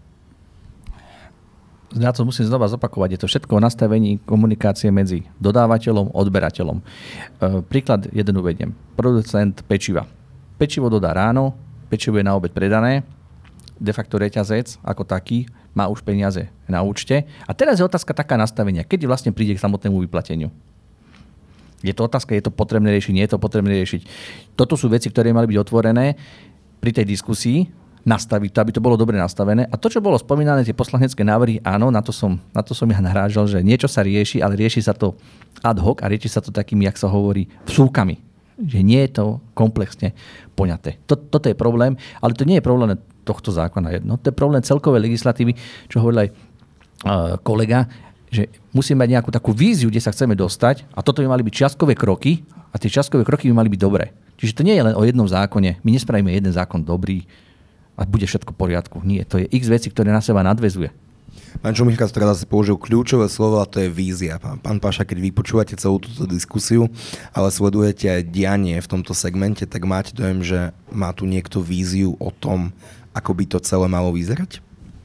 Ja to musím znova zopakovať. Je to všetko o nastavení komunikácie medzi dodávateľom a odberateľom. E, príklad jeden uvediem. Producent pečiva. Pečivo dodá ráno, pečivo je na obed predané, de facto reťazec ako taký má už peniaze na účte. A teraz je otázka taká nastavenia, kedy vlastne príde k samotnému vyplateniu. Je to otázka, je to potrebné riešiť, nie je to potrebné riešiť. Toto sú veci, ktoré mali byť otvorené pri tej diskusii, nastaviť to, aby to bolo dobre nastavené. A to, čo bolo spomínané, tie poslanecké návrhy, áno, na to som, na to som ja narážal, že niečo sa rieši, ale rieši sa to ad hoc a rieši sa to takými, jak sa hovorí, vsúkami. Že nie je to komplexne poňaté. Toto je problém, ale to nie je problém tohto zákona jedno. To je problém celkovej legislatívy, čo hovoril aj uh, kolega, že musíme mať nejakú takú víziu, kde sa chceme dostať a toto by mali byť čiastkové kroky a tie čiastkové kroky by mali byť dobré. Čiže to nie je len o jednom zákone. My nespravíme jeden zákon dobrý a bude všetko v poriadku. Nie, to je x veci, ktoré na seba nadväzuje. Pán Čumichrast teraz si použil kľúčové slovo a to je vízia. Pán, pán Paša, keď vy počúvate celú túto diskusiu, ale sledujete aj dianie v tomto segmente, tak máte dojem, že má tu niekto víziu o tom, ako by to celé malo vyzerať?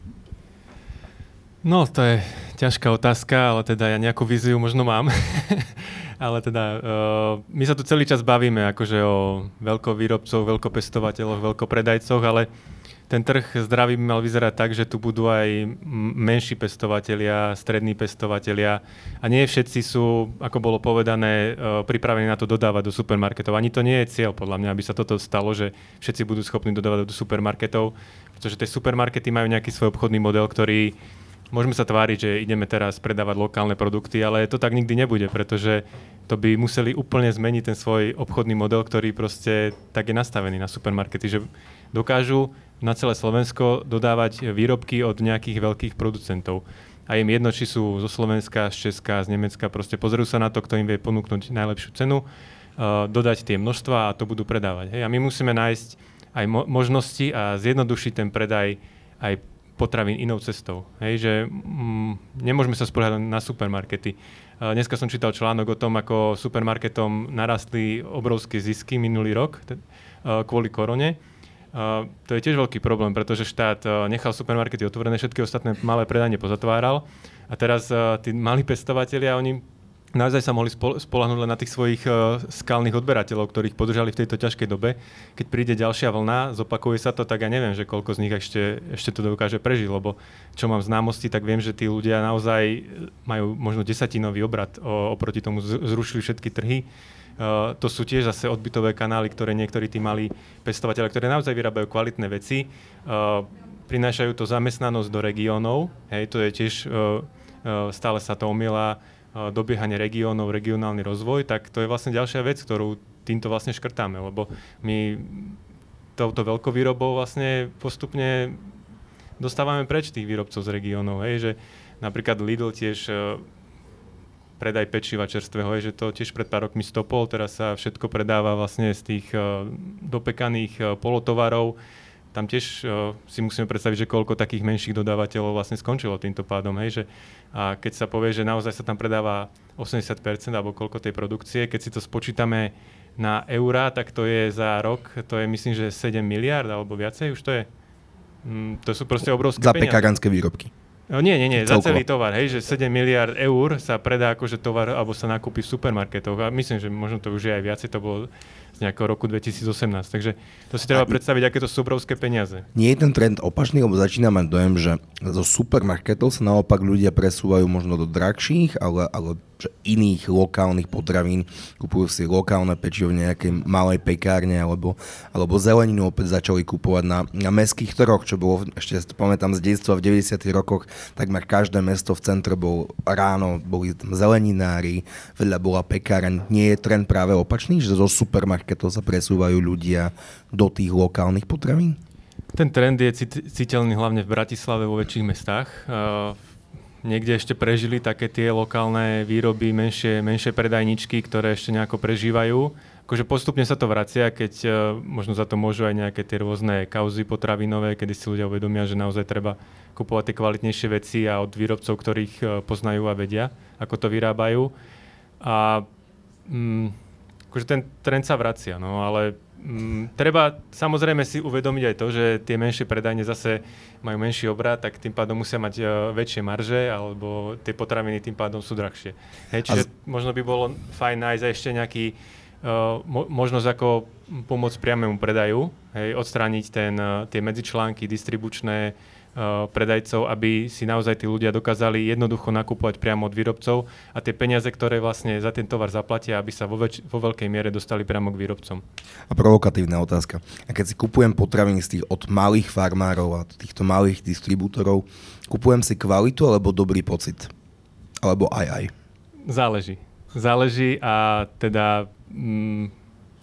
No, to je ťažká otázka, ale teda ja nejakú víziu možno mám. Ale teda uh, my sa tu celý čas bavíme akože o veľkovýrobcoch, veľkopestovateľoch, veľkopredajcoch, ale ten trh zdravý by mal vyzerať tak, že tu budú aj menší pestovatelia, strední pestovatelia a nie všetci sú, ako bolo povedané, uh, pripravení na to dodávať do supermarketov. Ani to nie je cieľ, podľa mňa, aby sa toto stalo, že všetci budú schopní dodávať do supermarketov, pretože tie supermarkety majú nejaký svoj obchodný model, ktorý môžeme sa tváriť, že ideme teraz predávať lokálne produkty, ale to tak nikdy nebude, pretože to by museli úplne zmeniť ten svoj obchodný model, ktorý proste tak je nastavený na supermarkety, že dokážu na celé Slovensko dodávať výrobky od nejakých veľkých producentov. A im jedno, či sú zo Slovenska, z Česka, z Nemecka, proste pozrú sa na to, kto im vie ponúknuť najlepšiu cenu, uh, dodať tie množstva a to budú predávať. Hej. A my musíme nájsť aj mo- možnosti a zjednodušiť ten predaj aj potravín inou cestou. Hej, že mm, nemôžeme sa spoliehať na supermarkety. Uh, dneska som čítal článok o tom, ako supermarketom narastli obrovské zisky minulý rok t- uh, kvôli korone. Uh, to je tiež veľký problém, pretože štát uh, nechal supermarkety otvorené, všetky ostatné malé predajne pozatváral a teraz uh, tí malí pestovatelia, oni naozaj sa mohli spoľahnúť len na tých svojich uh, skalných odberateľov, ktorých podržali v tejto ťažkej dobe. Keď príde ďalšia vlna, zopakuje sa to, tak ja neviem, že koľko z nich ešte, ešte to dokáže prežiť, lebo čo mám známosti, tak viem, že tí ľudia naozaj majú možno desatinový obrat o, oproti tomu zrušili všetky trhy. Uh, to sú tiež zase odbytové kanály, ktoré niektorí tí malí pestovateľe, ktoré naozaj vyrábajú kvalitné veci, uh, prinášajú to zamestnanosť do regiónov. Hej, to je tiež, uh, uh, stále sa to omýla, dobiehanie regiónov, regionálny rozvoj, tak to je vlastne ďalšia vec, ktorú týmto vlastne škrtáme, lebo my touto veľkovýrobou vlastne postupne dostávame preč tých výrobcov z regiónov, hej, že napríklad Lidl tiež predaj pečiva čerstvého, hej, že to tiež pred pár rokmi stopol, teraz sa všetko predáva vlastne z tých dopekaných polotovarov. Tam tiež uh, si musíme predstaviť, že koľko takých menších dodávateľov vlastne skončilo týmto pádom. Hej, že, a keď sa povie, že naozaj sa tam predáva osemdesiat percent alebo koľko tej produkcie, keď si to spočítame na eurá, tak to je za rok, to je myslím, že sedem miliárd alebo viacej už to je. Mm, to sú proste obrovské za peniaze. Za pekáránske výrobky. No nie, nie, nie, Celkovo. Za celý tovar, hej, že sedem miliárd eur sa predá akože tovar, alebo sa nakúpi v supermarketoch a myslím, že možno to už je aj viacej, to bolo z nejakého roku dvetisícosemnásť, takže to si treba a predstaviť, aké to sú obrovské peniaze. Nie je ten trend opačný, lebo začína mať dojem, že zo supermarketov sa naopak ľudia presúvajú možno do drahších, ale, ale že iných lokálnych potravín, kupujú si lokálne pečivo v nejakej malej pekárne, alebo, alebo zeleninu opäť začali kupovať na, na mestských trhoch, čo bolo, ešte pamätám z detstva v deväťdesiatych rokoch, takmer každé mesto v centre bol ráno, boli tam zeleninári, vedľa bola pekáreň. Nie je trend práve opačný, že zo supermarketov sa presúvajú ľudia do tých lokálnych potravín? Ten trend je citeľný hlavne v Bratislave, vo väčších mestách. Uh, niekde ešte prežili také tie lokálne výroby, menšie, menšie predajničky, ktoré ešte nejako prežívajú. Akože postupne sa to vracia, keď uh, možno za to môžu aj nejaké tie rôzne kauzy potravinové, kedy si ľudia uvedomia, že naozaj treba kupovať tie kvalitnejšie veci a od výrobcov, ktorých uh, poznajú a vedia, ako to vyrábajú. A um, akože ten trend sa vracia, no ale mm, treba samozrejme si uvedomiť aj to, že tie menšie predajne zase majú menší obrat, tak tým pádom musia mať uh, väčšie marže, alebo tie potraviny tým pádom sú drahšie. Hej, čiže z... možno by bolo fajn nájsť ešte nejaký uh, mo- možnosť ako pomôcť priamému predaju, hej, odstrániť ten, uh, tie medzičlánky distribučné Uh, predajcov, aby si naozaj tí ľudia dokázali jednoducho nakupovať priamo od výrobcov a tie peniaze, ktoré vlastne za ten tovar zaplatia, aby sa vo, väč- vo veľkej miere dostali priamo k výrobcom. A provokatívna otázka. A keď si kupujem potraviny z tých od malých farmárov a týchto malých distribútorov, kupujem si kvalitu alebo dobrý pocit? Alebo aj aj? Záleží. Záleží a teda... Mm,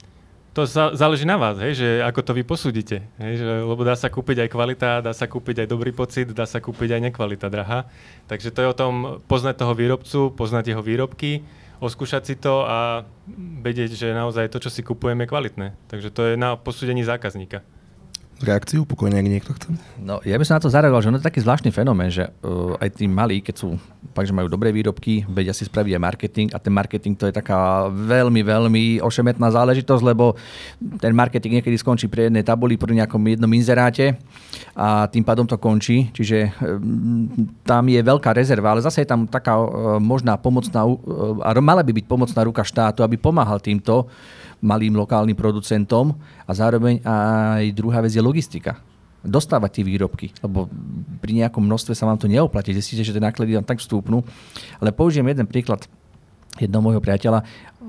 to za, záleží na vás, hej, že ako to vy posúdite. Hej, že, lebo dá sa kúpiť aj kvalita, dá sa kúpiť aj dobrý pocit, dá sa kúpiť aj nekvalita drahá. Takže to je o tom poznať toho výrobcu, poznať jeho výrobky, oskúšať si to a vedieť, že naozaj to, čo si kupujeme, je kvalitné. Takže to je na posúdení zákazníka. Reakciu, pokojne, ak niekto chce? No, ja by som na to zareagoval, že ono je taký zvláštny fenomén, že uh, aj tí malí, keď sú, fakt, že majú dobré výrobky, vedia si spraviť aj marketing a ten marketing to je taká veľmi, veľmi ošemetná záležitosť, lebo ten marketing niekedy skončí pri jednej tabuli, pri nejakom jednom inzeráte a tým pádom to končí, čiže um, tam je veľká rezerva, ale zase je tam taká uh, možná pomocná, uh, a mala by byť pomocná ruka štátu, aby pomáhal týmto malým lokálnym producentom a zároveň aj druhá vec je logistika. Dostávať tie výrobky, lebo pri nejakom množstve sa vám to neoplatí. Zistíte, že tie náklady vám tak vstúpnú. Ale použijem jeden príklad jednoho môjho priateľa.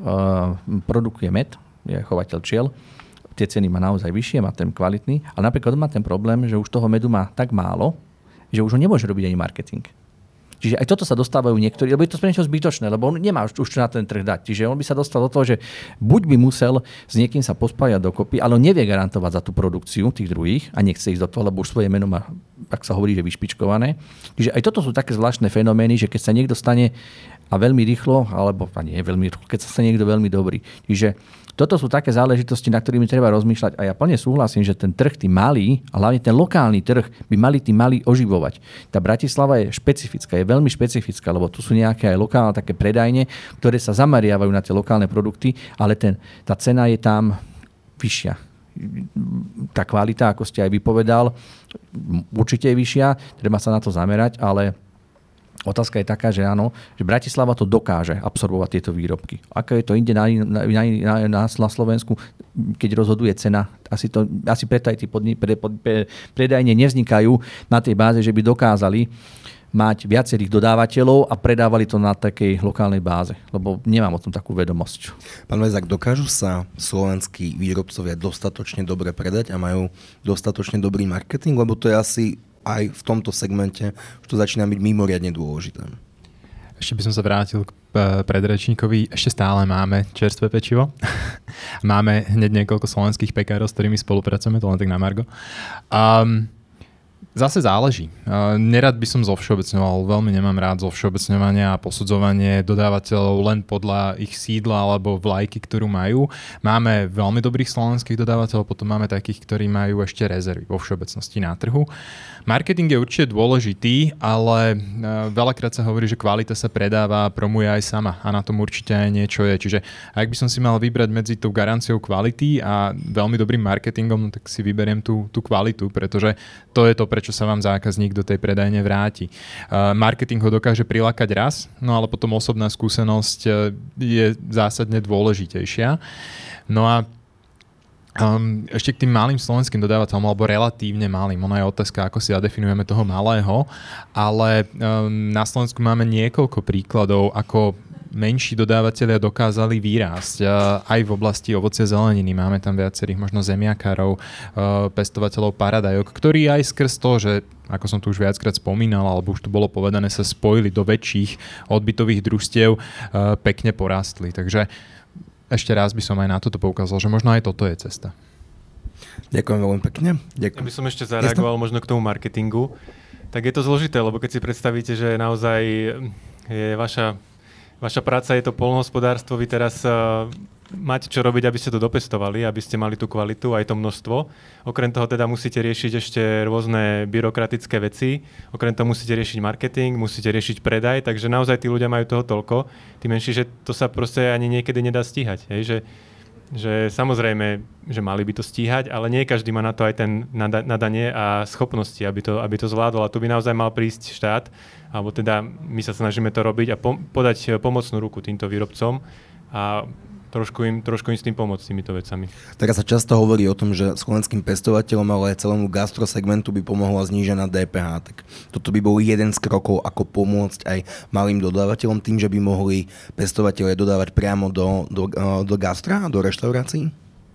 Uh, produkuje med, je chovateľ čiel. Tie ceny má naozaj vyššie, má ten kvalitný. Ale napríklad má ten problém, že už toho medu má tak málo, že už ho nemôže robiť ani marketing. Čiže aj toto sa dostávajú niektorí, lebo je to pre niečo zbytočné, lebo on nemá už čo na ten trh dať. Čiže on by sa dostal do toho, že buď by musel s niekým sa pospájať dokopy, ale on nevie garantovať za tú produkciu tých druhých a nechce ísť do toho, lebo už svoje meno má, tak sa hovorí, že vyšpičkované. Čiže aj toto sú také zvláštne fenomény, že keď sa niekto stane a veľmi rýchlo, alebo a nie veľmi rýchlo, keď sa niekto veľmi dobrý. Čiže toto sú také záležitosti, na ktorými treba rozmýšľať a ja plne súhlasím, že ten trh, tí malí, a hlavne ten lokálny trh by mali tí malí oživovať. Tá Bratislava je špecifická, je veľmi špecifická, lebo tu sú nejaké aj lokálne také predajne, ktoré sa zameriavajú na tie lokálne produkty, ale ten, tá cena je tam vyššia. Tá kvalita, ako ste aj vypovedal, určite je vyššia, treba sa na to zamerať, ale otázka je taká, že áno, že Bratislava to dokáže absorbovať tieto výrobky. Ako je to inde na, na, na, na, na Slovensku, keď rozhoduje cena, asi, to, asi preto aj tie podni, pre, pre, pre, predajne nevznikajú na tej báze, že by dokázali mať viacerých dodávateľov a predávali to na takej lokálnej báze, lebo nemám o tom takú vedomosť. Pán Vezák, dokážu sa slovenskí výrobcovia dostatočne dobre predať a majú dostatočne dobrý marketing, lebo to je asi aj v tomto segmente už to začína byť mimoriadne dôležité. Ešte by som sa vrátil k predrečníkovi. Ešte stále máme čerstvé pečivo. Máme hneď niekoľko slovenských pekárov, s ktorými spolupracujeme, to len tak na margo. Um, Zase záleží. Nerad by som zovšeobecňoval, veľmi nemám rád zovšeobecňovanie a posudzovanie dodávateľov len podľa ich sídla alebo vlajky, ktorú majú. Máme veľmi dobrých slovenských dodávateľov, potom máme takých, ktorí majú ešte rezervy vo všeobecnosti na trhu. Marketing je určite dôležitý, ale veľakrát sa hovorí, že kvalita sa predáva a promuje aj sama a na tom určite aj niečo je. Čiže ak by som si mal vybrať medzi tou garanciou kvality a veľmi dobrým marketingom, tak si vyberiem tú, tú kvalitu, pretože to je to, prečo sa vám zákazník do tej predajne vráti. Uh, marketing ho dokáže prilákať raz, no ale potom osobná skúsenosť uh, je zásadne dôležitejšia. No a um, ešte k tým malým slovenským dodávateľom, alebo relatívne malým, ona je otázka, ako si zadefinujeme toho malého, ale um, na Slovensku máme niekoľko príkladov, ako menší dodávateľia dokázali vyrásť aj v oblasti ovocia zeleniny. Máme tam viacerých možno zemiakárov, pestovateľov paradajok, ktorí aj skrz to, že ako som tu už viackrát spomínal, alebo už tu bolo povedané, sa spojili do väčších odbytových družstiev, pekne porastli. Takže ešte raz by som aj na toto poukázal, že možno aj toto je cesta. Ďakujem veľmi pekne. Ďakujem. Ja by som ešte zareagoval možno k tomu marketingu. Tak je to zložité, lebo keď si predstavíte, že naozaj je vaša Vaša práca je to poľnohospodárstvo, vy teraz uh, máte čo robiť, aby ste to dopestovali, aby ste mali tú kvalitu, aj to množstvo. Okrem toho teda musíte riešiť ešte rôzne byrokratické veci, okrem toho musíte riešiť marketing, musíte riešiť predaj, takže naozaj tí ľudia majú toho toľko, tým menší, že to sa proste ani niekedy nedá stíhať. Hej? Že, že samozrejme, že mali by to stíhať, ale nie každý má na to aj ten nada- nadanie a schopnosti, aby to, aby to zvládol. A tu by naozaj mal prísť štát, alebo teda my sa snažíme to robiť a pom- podať pomocnú ruku týmto výrobcom a trošku im, trošku im s tým pomôcť, s týmito vecami. Teraz sa často hovorí o tom, že slovenským pestovateľom, ale aj celému gastrosegmentu by pomohla znížená dé pé há. Tak toto by bol jeden z krokov, ako pomôcť aj malým dodávateľom tým, že by mohli pestovateľe dodávať priamo do, do, do gastra, do reštaurácií?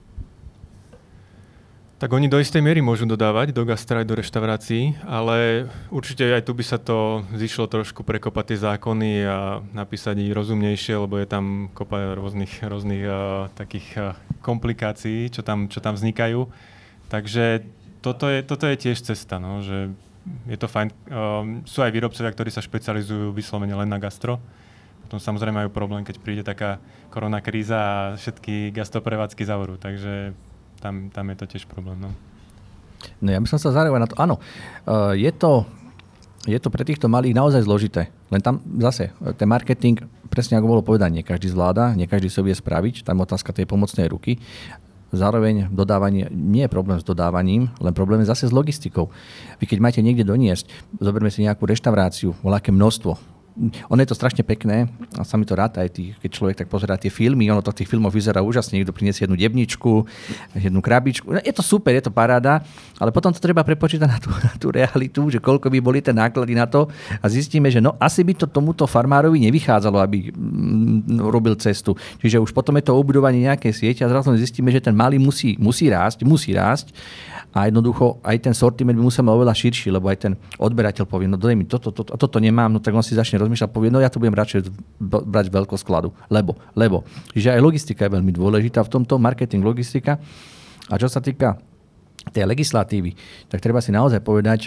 Tak oni do istej miery môžu dodávať do gastra aj do reštaurácií, ale určite aj tu by sa to zišlo trošku prekopať tie zákony a napísať ich rozumnejšie, lebo je tam kopa rôznych, rôznych uh, takých uh, komplikácií, čo tam, čo tam vznikajú. Takže toto je, toto je tiež cesta, no, že je to fajn. Um, sú aj výrobcovia, ktorí sa špecializujú vyslovene len na gastro. Potom samozrejme majú problém, keď príde taká korona kríza a všetky gastroprevádzky zavorú, takže Tam, tam je to tiež problém. No. no ja by som sa zareagoval na to. Áno, uh, je to, je to pre týchto malých naozaj zložité. Len tam zase ten marketing, presne ako bolo povedané, nie každý zvláda, nie každý si vie spraviť. Tam otázka tej pomocnej ruky. Zároveň dodávanie, nie je problém s dodávaním, len problém je zase s logistikou. Vy keď máte niekde doniesť, zoberme si nejakú reštauráciu, voľaké množstvo. Ono je to strašne pekné a sa mi to rád aj tých, keď človek tak pozerá tie filmy, ono to v tých filmoch vyzerá úžasne, niekto priniesie jednu debničku, jednu krabičku, je to super, je to paráda, ale potom to treba prepočítať na tú, na tú realitu, že koľko by boli tie náklady na to a zistíme, že no asi by to tomuto farmárovi nevychádzalo, aby mm, robil cestu. Čiže už potom je to obudovanie nejakej siete a zrazu zistíme, že ten malý musí, musí rásť, musí rásť a jednoducho aj ten sortiment by musel mať oveľa širší, lebo aj ten odberateľ povie, no dodaj mi toto, toto, toto nemám, no tak on si začne rozmýšľať, povie, no ja to budem radšej brať veľkoskladu, lebo, lebo. Čiže aj logistika je veľmi dôležitá v tomto, marketing, logistika. A čo sa týka tej legislatívy, tak treba si naozaj povedať,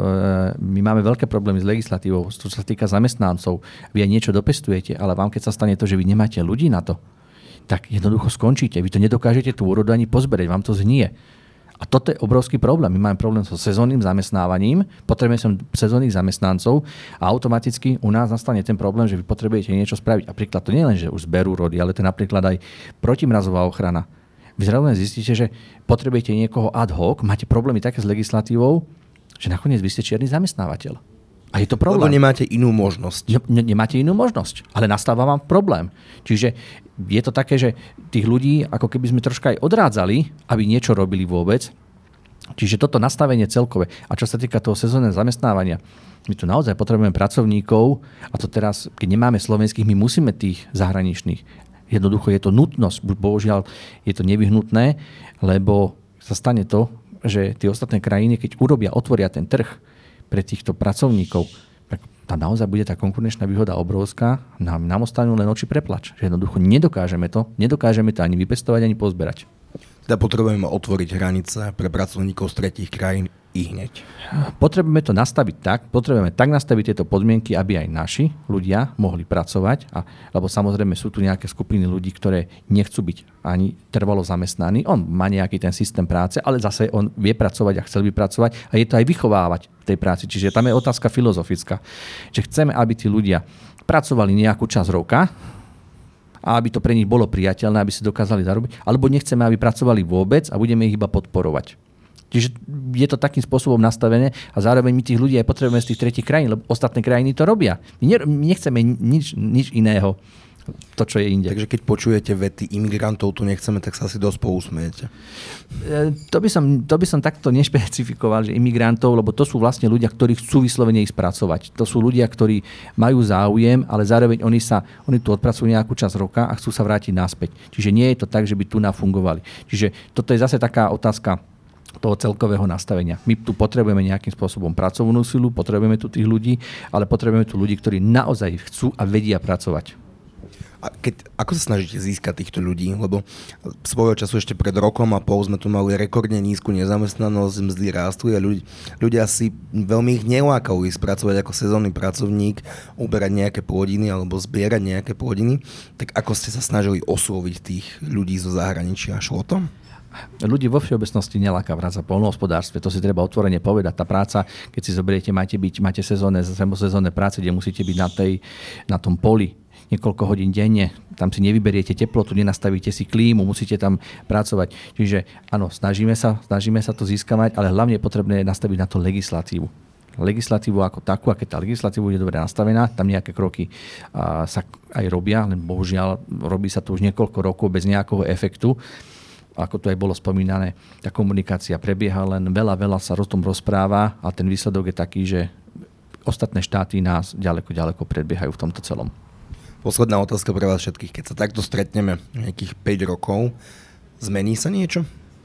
my máme veľké problémy s legislatívou, čo sa týka zamestnancov. Vy aj niečo dopestujete, ale vám keď sa stane to, že vy nemáte ľudí na to, tak jednoducho skončíte. Vy to nedokážete tú úrodu ani pozberieť, vám to znie. A toto je obrovský problém. My máme problém so sezónnym zamestnávaním, potrebujeme som sezónnych zamestnancov a automaticky u nás nastane ten problém, že vy potrebujete niečo spraviť. A príklad to nie len, že už zberú rody, ale to je napríklad aj protimrazová ochrana. Vy zrazu zistíte, že potrebujete niekoho ad hoc, máte problémy také s legislatívou, že nakoniec vy ste čierny zamestnávateľ. A je to problém. Lebo nemáte inú možnosť. Ne, nemáte inú možnosť, ale nastáva vám problém. Čiže je to také, že tých ľudí ako keby sme troška aj odrádzali, aby niečo robili vôbec. Čiže toto nastavenie celkové. A čo sa týka toho sezónneho zamestnávania, my tu naozaj potrebujeme pracovníkov a to teraz, keď nemáme slovenských, my musíme tých zahraničných. Jednoducho je to nutnosť, bohužiaľ je to nevyhnutné, lebo sa stane to, že tie ostatné krajiny, keď urobia, otvoria ten trh pre týchto pracovníkov, tak tam naozaj bude tá konkurenčná výhoda obrovská, nám, nám ostanú len oči preplač. Že jednoducho nedokážeme to, nedokážeme to ani vypestovať, ani pozberať. Teda potrebujeme otvoriť hranice pre pracovníkov z tretích krajín i hneď. Potrebujeme to nastaviť tak, potrebujeme tak nastaviť tieto podmienky, aby aj naši ľudia mohli pracovať, a, lebo samozrejme sú tu nejaké skupiny ľudí, ktoré nechcú byť ani trvalo zamestnaní. On má nejaký ten systém práce, ale zase on vie pracovať a chcel by pracovať a je to aj vychovávať v tej práci. Čiže tam je otázka filozofická, že chceme, aby tí ľudia pracovali nejakú časť roka, a aby to pre nich bolo priateľné, aby si dokázali zarobiť, alebo nechceme, aby pracovali vôbec a budeme ich iba podporovať. Čiže je to takým spôsobom nastavené a zároveň my tých ľudí aj potrebujeme z tých tretích krajín, lebo ostatné krajiny to robia. My nechceme nič, nič iného, to, čo je inde. Takže keď počujete vety imigrantov tu nechceme, tak sa asi dosť pousmiete. To by som, to by som takto nešpecifikoval, že imigrantov, lebo to sú vlastne ľudia, ktorí chcú vyslovene ich spracovať. To sú ľudia, ktorí majú záujem, ale zároveň oni sa, oni tu odpracujú nejakú časť roka a chcú sa vrátiť naspäť. Čiže nie je to tak, že by tu nafungovali. Čiže toto je zase taká otázka toho celkového nastavenia. My tu potrebujeme nejakým spôsobom pracovnú silu, potrebujeme tu tých ľudí, ale potrebujeme tu ľudí, ktorí naozaj chcú a vedia pracovať. A keď, ako sa snažíte získať týchto ľudí? Lebo svojho času ešte pred rokom a pol sme tu mali rekordne nízku nezamestnanosť, mzdy rástli a ľudia, ľudia si veľmi ich nelákali spracovať ako sezónny pracovník, uberať nejaké plodiny alebo zbierať nejaké plodiny. Tak ako ste sa snažili osloviť tých ľudí zo zahraničia? Šlo to? Ľudí vo všeobecnosti neláka práca v poľnohospodárstve, to si treba otvorene povedať. Tá práca, keď si zoberiete, máte, byť, máte sezónne, sezónne práce, kde musíte byť na, tej, na tom poli niekoľko hodín denne, tam si nevyberiete teplotu, nenastavíte si klímu, musíte tam pracovať. Čiže áno, snažíme sa, snažíme sa to získavať, ale hlavne je potrebné nastaviť na to legislatívu. Legislatívu ako takú, a keď tá legislatíva je dobre nastavená, tam nejaké kroky a, sa aj robia, len bohužiaľ robí sa to už niekoľko rokov bez nejakého efektu. Ako to aj bolo spomínané, tá komunikácia prebieha, len veľa, veľa sa o tom rozpráva a ten výsledok je taký, že ostatné štáty nás ďaleko, ďaleko predbiehajú v tomto celom. Posledná otázka pre vás všetkých. Keď sa takto stretneme nejakých päť rokov, zmení sa niečo?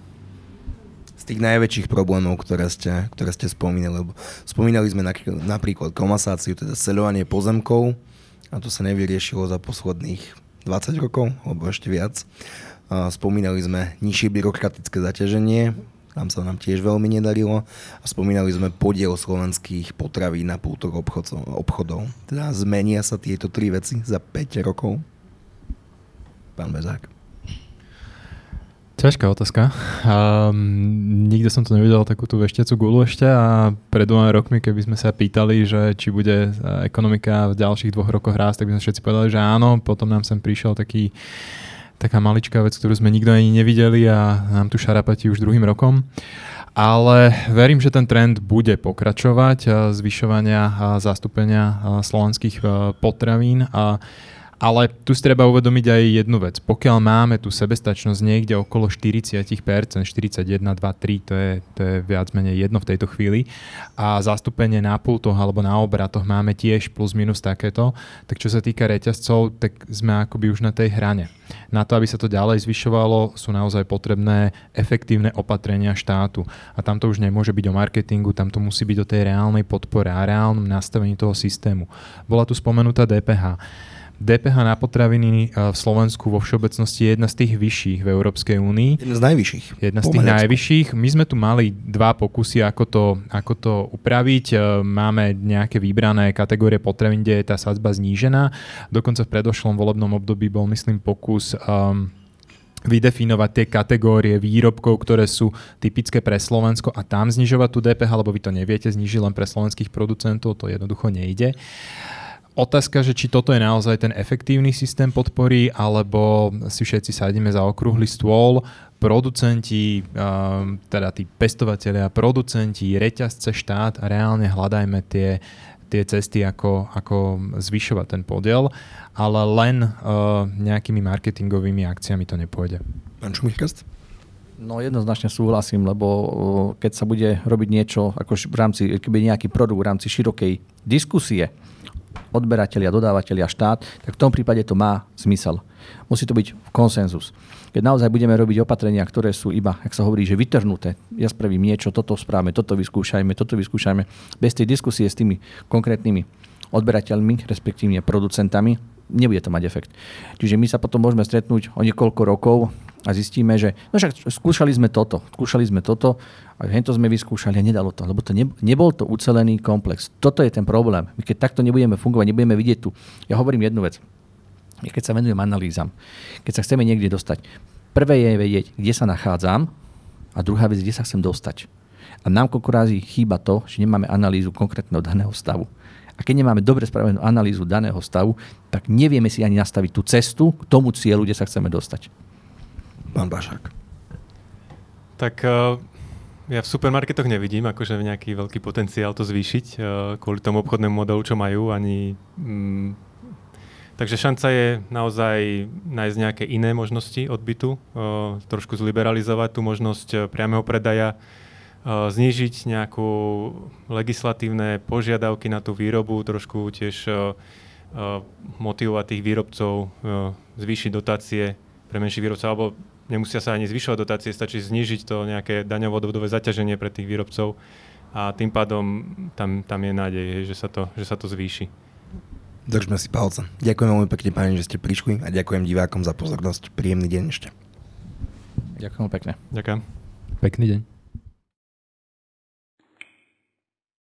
Z tých najväčších problémov, ktoré ste, ktoré ste spomínali. Lebo spomínali sme napríklad komasáciu, teda seľovanie pozemkov, a to sa nevyriešilo za posledných dvadsať rokov, alebo ešte viac. Spomínali sme nižšie byrokratické zaťaženie, tam sa nám tiež veľmi nedarilo. A spomínali sme podiel slovenských potravín na pultoch obchodov. Teda zmenia sa tieto tri veci za päť rokov? Pán Bezák. Ťažká otázka. Um, nikde som to nevidel takú tú veštiacu gulu ešte a pred dvoma rokmi, keby sme sa pýtali, že či bude ekonomika v ďalších dvoch rokoch rásť, tak by sme všetci povedali, že áno. Potom nám sem prišiel taký taká maličká vec, ktorú sme nikto ani nevideli a nám tu šarapatí už druhým rokom. Ale verím, že ten trend bude pokračovať, zvyšovania a zastúpenia slovenských potravín. A, ale tu si treba uvedomiť aj jednu vec. Pokiaľ máme tú sebestačnosť niekde okolo štyridsať percent, štyridsaťjeden, dva, tri, to je, to je viac menej jedno v tejto chvíli, a zastúpenie na pultoch alebo na obratoch máme tiež plus minus takéto, tak čo sa týka reťazcov, tak sme akoby už na tej hrane. Na to, aby sa to ďalej zvyšovalo, sú naozaj potrebné efektívne opatrenia štátu. A tam to už nemôže byť o marketingu, tam to musí byť o tej reálnej podpore a reálnom nastavení toho systému. Bola tu spomenutá dé pé há. dé pé há na potraviny v Slovensku vo všeobecnosti je jedna z tých vyšších v Európskej únii. Jedna z najvyšších. Jedna z tých najvyšších. My sme tu mali dva pokusy, ako to, ako to upraviť. Máme nejaké vybrané kategórie potravín, kde je tá sadzba znížená. Dokonca v predošlom volebnom období bol, myslím, pokus um, vydefinovať tie kategórie výrobkov, ktoré sú typické pre Slovensko a tam znižovať tú dé pé há, lebo vy to neviete znižiť len pre slovenských producentov, to jednoducho nejde. Otázka, že či toto je naozaj ten efektívny systém podpory, alebo si všetci sadíme za okrúhly stôl, producenti, um, teda tí pestovatelia, producenti, reťazce, štát a reálne hľadajme tie, tie cesty, ako, ako zvyšovať ten podiel, ale len uh, nejakými marketingovými akciami to nepôjde. Pán Šumichrast? No jednoznačne súhlasím, lebo keď sa bude robiť niečo, ako v rámci, keby nejaký produkt v rámci širokej diskusie, odberatelia, dodávateľia, štát, tak v tom prípade to má zmysel. Musí to byť konsenzus. Keď naozaj budeme robiť opatrenia, ktoré sú iba, jak sa hovorí, že vytrhnuté, ja spravím niečo, toto správame, toto vyskúšajme, toto vyskúšajme, bez tej diskusie s tými konkrétnymi odberateľmi, respektívne producentami, nebude to mať efekt. Čiže my sa potom môžeme stretnúť o niekoľko rokov a zistíme, že no však skúšali sme toto, skúšali sme toto a hento sme vyskúšali a nedalo to, lebo to ne, nebol to ucelený komplex. Toto je ten problém. My keď takto nebudeme fungovať, nebudeme vidieť tu. Ja hovorím jednu vec. Ja keď sa venujem analýzam, keď sa chceme niekde dostať, prvé je vedieť, kde sa nachádzam a druhá vec, kde sa chcem dostať. A nám koľko razy chýba to, že nemáme analýzu konkrétneho daného stavu. A keď nemáme dobre spravenú analýzu daného stavu, tak nevieme si ani nastaviť tú cestu k tomu cieľu, kde sa chceme dostať. Pán Bašák. Tak uh, ja v supermarketoch nevidím akože nejaký veľký potenciál to zvýšiť uh, kvôli tomu obchodnému modelu, čo majú. Ani, mm, takže šanca je naozaj nájsť nejaké iné možnosti odbytu, uh, trošku zliberalizovať tú možnosť uh, priameho predaja, znížiť nejakú legislatívne požiadavky na tú výrobu, trošku tiež uh, uh, motivovať tých výrobcov, uh, zvýšiť dotácie pre menších výrobcov, alebo nemusia sa ani zvyšovať dotácie, stačí znížiť to nejaké daňovo-odvodové zaťaženie pre tých výrobcov a tým pádom tam, tam je nádej, že sa to, že sa to zvýši. Držme si palce. Ďakujem veľmi pekne, páni, že ste prišli a ďakujem divákom za pozornosť. Príjemný deň ešte. Ďakujem pekne. Ďakujem. Pekný deň.